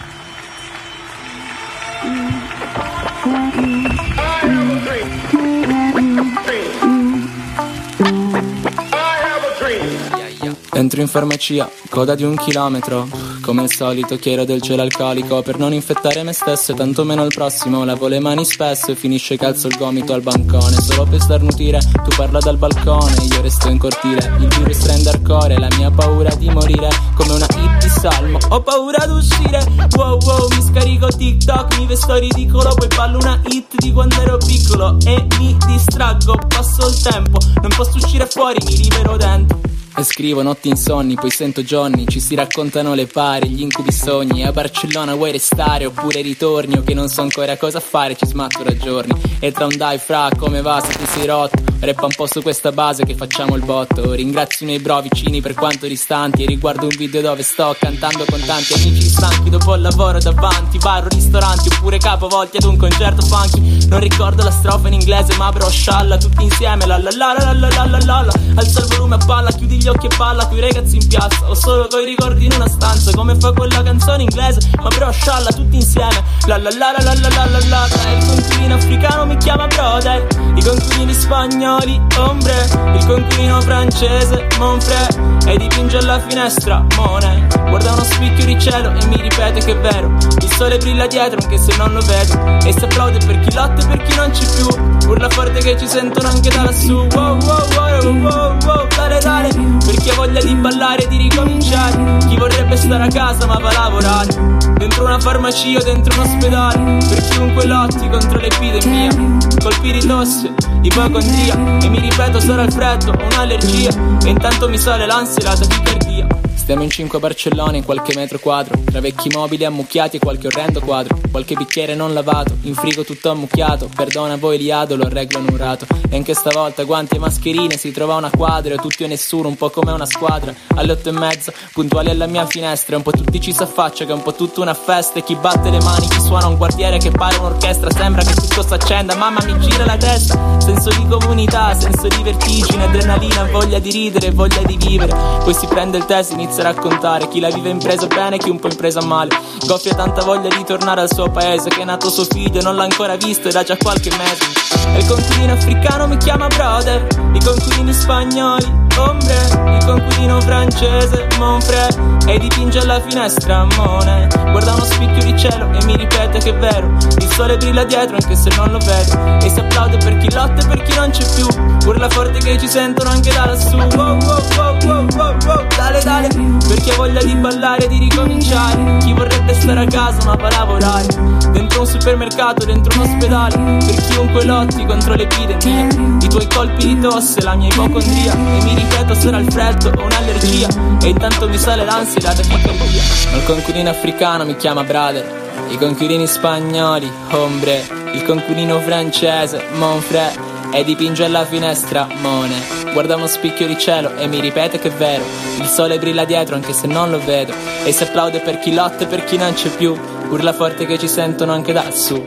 Entro in farmacia, coda di un chilometro. Come al solito chiedo del gelo alcolico per non infettare me stesso e tantomeno il prossimo. Lavo le mani spesso e finisce che alzo il gomito al bancone. Solo per starnutire, tu parla dal balcone, io resto in cortile. Il virus rende hardcore, la mia paura di morire come una hit di salmo. Ho paura d'uscire, wow wow, mi scarico TikTok, mi vesto ridicolo, poi ballo una hit di quando ero piccolo e mi distraggo, passo il tempo, non posso uscire fuori, mi rivelo dentro. E scrivo notti insonni, poi sento Johnny, ci si raccontano le pari, gli incubi sogni. A Barcellona vuoi restare oppure ritorni? O che non so ancora cosa fare, ci smatto da giorni. E tra un dai fra, come va se ti sei rotto? Rappa un po' su questa base che facciamo il botto. Ringrazio i miei bro vicini per quanto distanti, e riguardo un video dove sto cantando con tanti amici stanchi dopo il lavoro davanti. Bar o ristoranti oppure capovolti ad un concerto funky. Non ricordo la strofa in inglese ma bro scialla tutti insieme la la la la la la la la la. Alza il volume a palla, chiudi gli occhi e balla coi ragazzi in piazza. Ho solo coi ricordi in una stanza, come fa quella canzone inglese, ma bro scialla tutti insieme la la la la la la la la la. Il conquilino africano mi chiama brother, i conquilini spagnoli ombre, il conquilino francese monfre, e dipinge alla finestra mone. Guarda uno spicchio di cielo e mi ripete che è vero, il sole brilla dietro anche se non lo vedo, e si applaude per chi lotta e per chi non c'è più. Urla forte che ci sentono anche da lassù. Wow wow wow wow wow, dale dale, per chi ha voglia di ballare e di ricominciare, chi vorrebbe stare a casa ma va a lavorare, dentro una farmacia o dentro un ospedale, per chiunque lotti contro l'epidemia, colpi di tosse, ipocondria, e mi ripeto sarà il freddo o un'allergia, e intanto mi sale l'ansia e la tachicardia. Stiamo in cinque a Barcellona in qualche metro quadro, tra vecchi mobili ammucchiati e qualche orrendo quadro, qualche bicchiere non lavato, in frigo tutto ammucchiato, perdona voi liado, lo arreglo in un rato. E anche stavolta guanti e mascherine, si trova una quadra, tutti o nessuno, un po' come una squadra. Alle otto e mezza, puntuali alla mia finestra, un po' tutti ci s'affaccia che è un po' tutta una festa, e chi batte le mani, chi suona un quartiere che pare un'orchestra, sembra che tutto s'accenda, mamma mi gira la testa, senso di comunità, senso di vertigine, adrenalina, voglia di ridere, voglia di vivere. Poi si prende il tè, si inizia a raccontare chi la vive impresa bene, chi un po' impresa male. Goffia tanta voglia di tornare al suo paese, che è nato suo figlio e non l'ha ancora visto ed ha già qualche mese. E il conquilino africano mi chiama brother, i conquilini spagnoli ombre, il conquilino francese monfre, e dipinge alla finestra mone. Guarda uno spicchio di cielo e mi ripete che è vero, il sole brilla dietro anche se non lo vedo, e si applaude per chi lotta e per chi non c'è più. Urla forte che ci sentono anche da lassù. Wow wow wow wow wow wow, dale dale, per chi ha voglia di ballare e di ricominciare, chi vorrebbe stare a casa ma va a lavorare, dentro un supermercato, dentro un ospedale, per chiunque lotti contro l'epidemia, i tuoi colpi di tosse, la mia ipocondria, e mi ripeto sarà il freddo o un'allergia, e intanto mi sale l'ansia e la tachicardia. Ma il conquilino africano mi chiama brother, i conquilini spagnoli ombre, il conquilino francese monfre, e dipinge alla finestra mone. Guarda uno spicchio di cielo e mi ripete che è vero, il sole brilla dietro anche se non lo vedo, e si applaude per chi lotta e per chi non c'è più. Urla forte che ci sentono anche da su.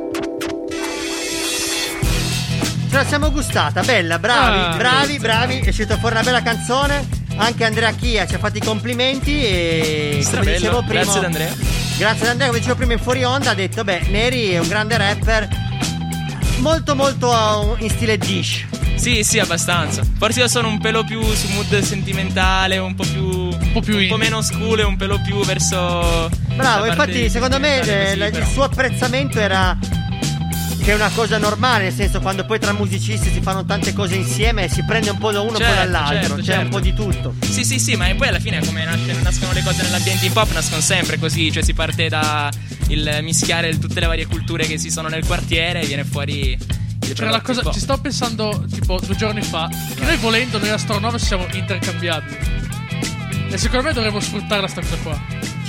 Ce la siamo gustata, bella, bravi, Ah, bravi, bravi. È uscita fuori una bella canzone. Anche Andrea Chia ci ha fatto i complimenti e come Strabello, dicevo prima, grazie ad Andrea. Grazie ad Andrea, come dicevo prima in fuori onda, ha detto beh, Neri è un grande rapper, molto molto in stile Dish. Sì, sì, abbastanza. Forse io sono un pelo più su mood sentimentale, un po' più un po', più un po' meno school e un pelo più verso. Bravo, infatti secondo me così, eh, però. il suo apprezzamento era che è una cosa normale, nel senso quando poi tra musicisti si fanno tante cose insieme si prende un po' da uno e Certo, poi dall'altro, certo, c'è certo. un po' di tutto. Sì, sì, sì, ma poi alla fine come nasce, nascono le cose nell'ambiente hip hop, nascono sempre così, cioè si parte da il mischiare tutte le varie culture che si sono nel quartiere e viene fuori il Cioè la prodotto cosa, hip hop. ci stavo pensando tipo due giorni fa, che noi volendo noi Astronove siamo intercambiabili, e secondo me dovremmo sfruttarla sta cosa qua.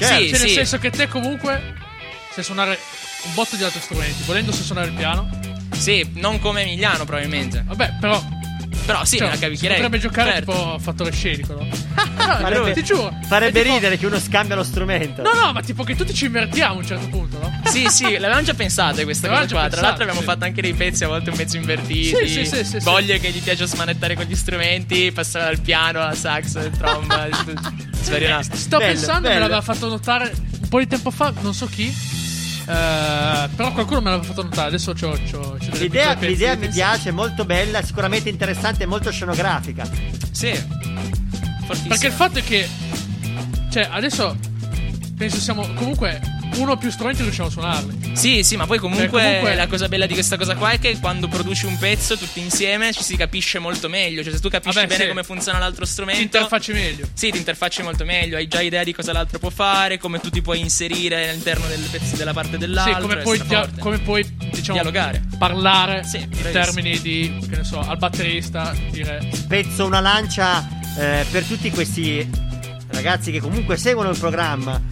Certo. Cioè, Sì, nel sì. senso che te comunque sai suonare un botto di altri strumenti, volendo sai suonare il piano. Sì, non come Emiliano probabilmente. Vabbè, però Però sì, cioè, me la si cavicchierei. potrebbe giocare certo. tipo a fattore scenico, no? Farebbe, ti giuro. farebbe È tipo- ridere che uno scambia lo strumento. No, no, ma tipo che tutti ci invertiamo a un certo punto, no? Sì, sì, l'avevamo già pensate questa cosa L'avevamo già qua. Tra pensate, l'altro abbiamo sì. fatto anche dei pezzi a volte un mezzo invertiti. Sì, sì, sì, sì, sì. Voglia che gli piace smanettare con gli strumenti, passare dal piano alla sax, al tromba. Svariato. Sto Bello, pensando, bello. me l'aveva fatto notare un po' di tempo fa, non so chi. eh, però qualcuno me l'aveva fatto notare. Adesso c'ho, c'ho, c'ho delle L'idea, piccole l'idea pezzi mi di piace, è molto bella, sicuramente interessante e molto scenografica. Sì. Fortissimo. Perché il fatto è che, cioè, adesso penso siamo comunque uno o più strumenti riusciamo a suonarli. Sì, sì, ma poi comunque, Beh, comunque- la cosa bella di questa cosa qua è che quando produci un pezzo tutti insieme ci si capisce molto meglio. Cioè, se tu capisci Vabbè, bene sì. come funziona l'altro strumento, Ti interfacci meglio. Sì, ti interfacci molto meglio. Hai già idea di cosa l'altro può fare, come tu ti puoi inserire all'interno del pezzo della parte dell'altro. Sì, come puoi, essere dia- forte. come puoi diciamo, Dialogare. parlare Sì, in bravissimo. termini di, che ne so, al batterista dire Spezzo una lancia eh, per tutti questi ragazzi che comunque seguono il programma,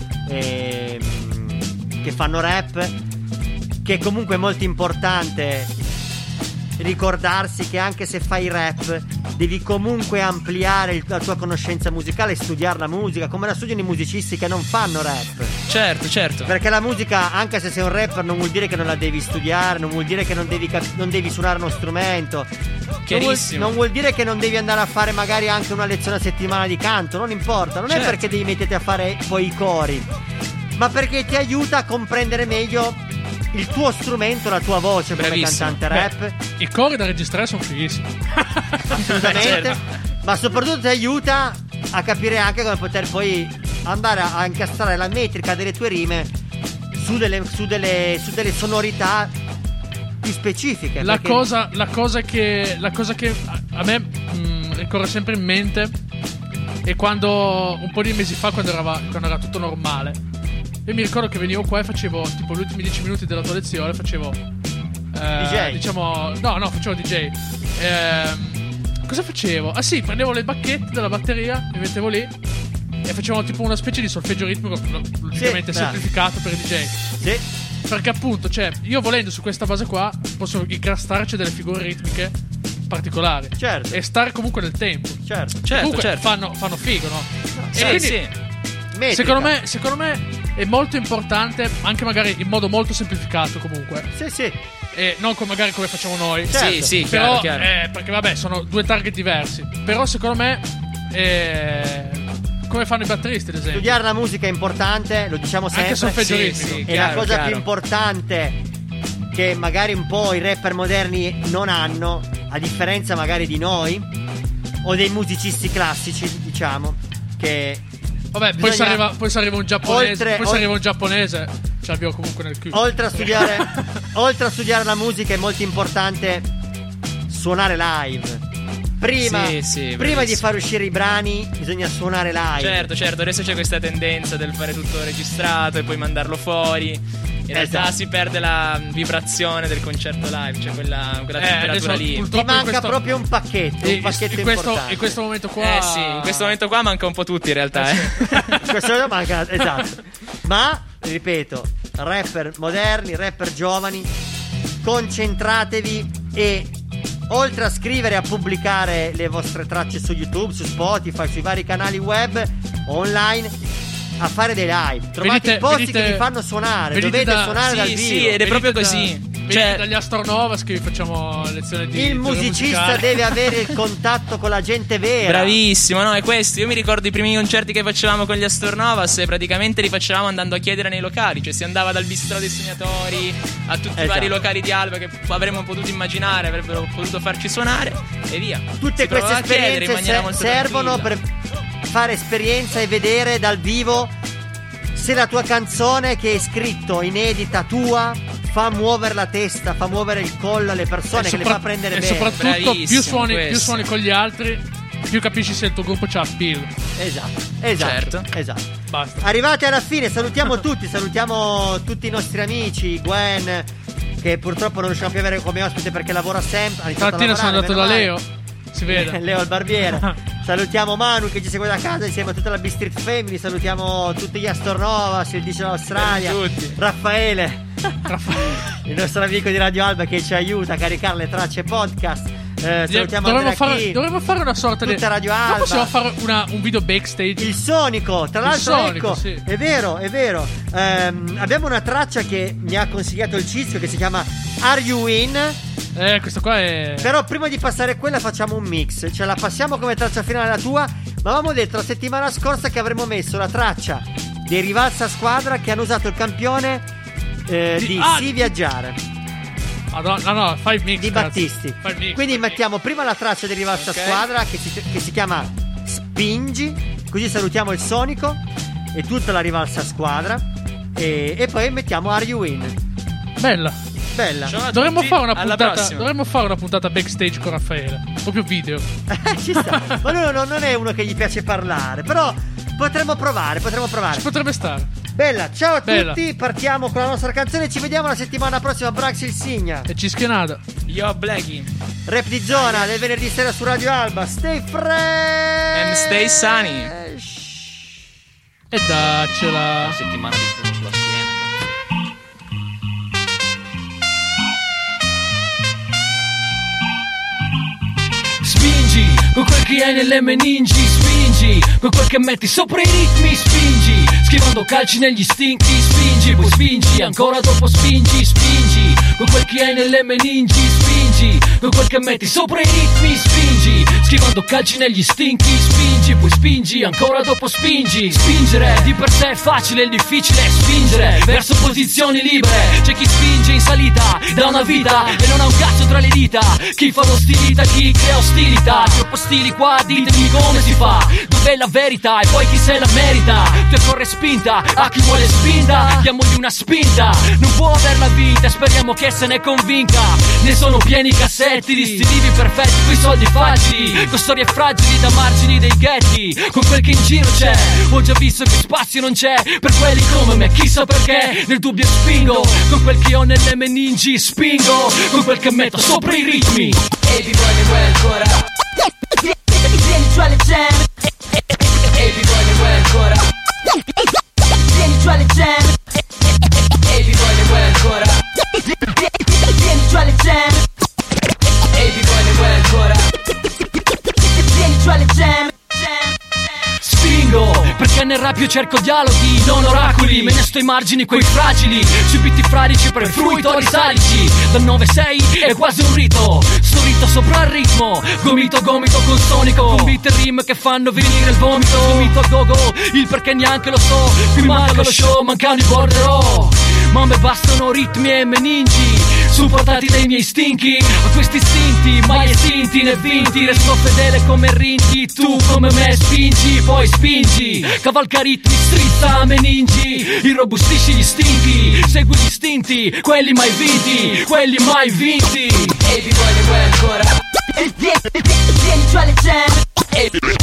ehm, che fanno rap, che comunque è molto importante ricordarsi che anche se fai rap devi comunque ampliare il- la tua conoscenza musicale e studiare la musica come la studiano i musicisti che non fanno rap. Certo, certo. Perché la musica, anche se sei un rapper, non vuol dire che non la devi studiare, non vuol dire che non devi, cap- non devi suonare uno strumento. Non vuol, Chiarissimo. non vuol dire che non devi andare a fare magari anche una lezione a settimana di canto, non importa, non è Certo. perché devi metterti a fare poi i cori, ma perché ti aiuta a comprendere meglio il tuo strumento, la tua voce come Bravissimo. cantante rap. beh, i cori da registrare sono fighissimi. Assolutamente. Certo. Ma soprattutto ti aiuta a capire anche come poter poi andare a, a incastrare la metrica delle tue rime su delle, su delle, su delle sonorità più specifiche. La perché- cosa, la cosa che la cosa che a, a me mh, ricorre sempre in mente è quando un po' di mesi fa, quando, erava, quando era tutto normale, io mi ricordo che venivo qua e facevo tipo gli ultimi dieci minuti della tua lezione facevo eh, D J. diciamo no no facevo D J. Ehm, cosa facevo? Ah sì, prendevo le bacchette della batteria, mi mettevo lì e facevamo tipo una specie di solfeggio ritmico, logicamente Sì, semplificato per i D J. Sì. Perché appunto, cioè, io volendo su questa base qua posso incastrarci delle figure ritmiche particolari. Certo. E stare comunque nel tempo. Certo. Certo, comunque certo. fanno, fanno figo, no? Sì, e quindi, sì. Metrica. secondo me, secondo me è molto importante, anche magari in modo molto semplificato comunque. Sì, sì. E non come magari come facciamo noi. Certo. Sì, sì, Però, chiaro, chiaro. eh, perché vabbè, sono due target diversi. Però secondo me eh, come fanno i batteristi, ad esempio. Studiare la musica è importante, lo diciamo Anche sempre. solfeggio Sì, ritmico. sì. E Chiaro, la cosa chiaro. più importante che magari un po' i rapper moderni non hanno, a differenza magari di noi o dei musicisti classici, diciamo, che Vabbè, poi se bisogna- arriva, poi se arriva un giapponese, Oltre- poi se ol- arriva un giapponese, ce l'abbiamo comunque nel culo. oltre a studiare oltre a studiare la musica è molto importante suonare live. Prima, Sì, sì, prima bravissimo. di far uscire i brani bisogna suonare live. Certo, certo, adesso c'è questa tendenza del fare tutto registrato e poi mandarlo fuori. In realtà Esatto. si perde la vibrazione del concerto live, cioè quella, quella Eh, temperatura adesso, lì. Ti purtroppo manca in questo- proprio un pacchetto, un in- pacchetto in, questo, importante. in questo momento qua. Eh sì, in questo momento qua manca un po' tutti in realtà, eh. In questo momento manca, esatto. Ma, ripeto, rapper moderni, rapper giovani, concentratevi e oltre a scrivere e a pubblicare le vostre tracce su YouTube, su Spotify, sui vari canali web o online, a fare dei live. Trovate Venite- i posti venite- che vi fanno suonare, venite dovete da- suonare sì, dal sì, vivo. ed è proprio Venite così. Da, venite Cioè- dagli Astronovas che vi facciamo lezioni di Il teoria musicista musicale. deve avere il contatto con la gente vera. Bravissimo, no, è questo. Io mi ricordo i primi concerti che facevamo con gli Astornovas e praticamente li facevamo andando a chiedere nei locali. Cioè si andava dal Bistrò dei Sognatori a tutti i Esatto. vari locali di Alba che avremmo potuto immaginare, avrebbero potuto farci suonare e via. Tutte Si queste provava a chiedere in esperienze maniera se- molto servono tranquilla. per fare esperienza e vedere dal vivo se la tua canzone che hai scritto inedita tua fa muovere la testa, fa muovere il collo alle persone, E che le sopra- fa prendere e bene. soprattutto più Bravissimo, suoni, più questo. suoni con gli altri, più capisci se il tuo gruppo c'ha appeal. Esatto, esatto, Certo. esatto. Basta. Arrivati alla fine, salutiamo tutti, salutiamo tutti i nostri amici, Gwen, che purtroppo non riusciamo più a avere come ospite perché lavora sempre. ha iniziato a Stamattina sono lavorare, andato da meno Leo. male. Si vede. Leo il barbiere. Salutiamo Manu che ci segue da casa insieme a tutta la B-Street Family. Salutiamo tutti gli Astornovas, il dice l'Australia, Raffaele, il nostro amico di Radio Alba che ci aiuta a caricare le tracce podcast. Eh, salutiamo dovremmo, Andrea fare, Chi, dovremmo fare una sorta di tutta Radio Alba. Ma possiamo fare una, un video backstage. Il Sonico, tra Il l'altro, Sonico, ecco, sì. è vero, è vero. Ehm, abbiamo una traccia che mi ha consigliato il Cizio che si chiama Are You In? Eh, questo qua è. Però prima di passare quella facciamo un mix. Cioè la passiamo come traccia finale la tua. Ma avevamo detto la settimana scorsa che avremmo messo la traccia dei Rivalsa Squadra che hanno usato il campione eh, di, di ah, Sì Viaggiare. No, no, no, fai il mix di Battisti. Fai il mix, Quindi fai mettiamo mix. Prima la traccia di Rivalsa Okay. Squadra che si, che si chiama Spingi. Così salutiamo il Sonico e tutta la Rivalsa Squadra. E, e poi mettiamo Are You In? Bella. Bella. Dovremmo fare, una alla puntata, prossima. dovremmo fare una puntata backstage con Raffaele. Proprio video. Ci sta. Ma lui non, non è uno che gli piace parlare. Però potremmo provare, potremmo provare. Ci potrebbe stare. Bella, ciao a Bella. tutti. Partiamo con la nostra canzone. Ci vediamo la settimana prossima. Brax il Signa. E ci schienata. Io Blacky. Rap di zona del venerdì sera su Radio Alba. Stay fresh And stay sunny. E daccela. Una settimana di sfogo sulla schiena. Spingi con quel che hai nelle meningi, spingi con quel che metti sopra i ritmi, spingi schivando calci negli stinchi, spingi, poi spingi, ancora dopo spingi, spingi con quel che hai nelle meningi, spingi con quel che metti sopra i ritmi, spingi schivando calci negli stinchi, spingi, poi spingi, ancora dopo spingi. Spingere di per sé è facile, il difficile è spingere verso posizioni libere. C'è chi spinge in salita da una vita e non ha un cazzo tra le dita, chi fa l'ostilità, chi crea ostilità. Troppo stili qua, ditemi come si fa, dov'è la verità e poi chi se la merita. Ti occorre spinta, a chi vuole spinta diamogli una spinta. Non può averla vinta e speriamo che se ne convinca. Ne sono pieni i cassetti di sti libri perfetti coi soldi facili, con storie fragili da margini dei ghetti, con quel che in giro c'è. Ho già visto che spazio non c'è per quelli come me, chissà perché nel dubbio spingo, con quel che ho nelle meningi spingo, con quel che metto sopra i ritmi. E vi voglio vuoi ancora, vieni giù alle jam. E vi voglio vuoi ancora, vieni giù alle jam. E vi voglio vuoi ancora, vieni giù alle jam. E vi voglio vuoi ancora, vieni giù alle jam. Spingo, perché nel rap io cerco dialoghi, non oracoli. Me ne sto ai margini quei fragili, sui biti fradici per fruitori salici. Dal nove sei è quasi un rito, sto rito sopra il ritmo, gomito a gomito con Sonico, con beat e rim che fanno venire il vomito. Gomito a gogo, il perché neanche lo so, qui manca lo show, mancano i borderò. Ma a me bastano ritmi e meningi, supportati dai miei stinchi. A questi istinti, mai estinti né vinti, resto fedele come rinti. Tu come me spingi, poi spingi, cavalca ritmi, strizza meningi, irrobustisci gli stinchi, segui gli istinti, quelli mai vinti, quelli mai vinti. E vi voglio vuoi ancora, vieni giù alle jam. E vi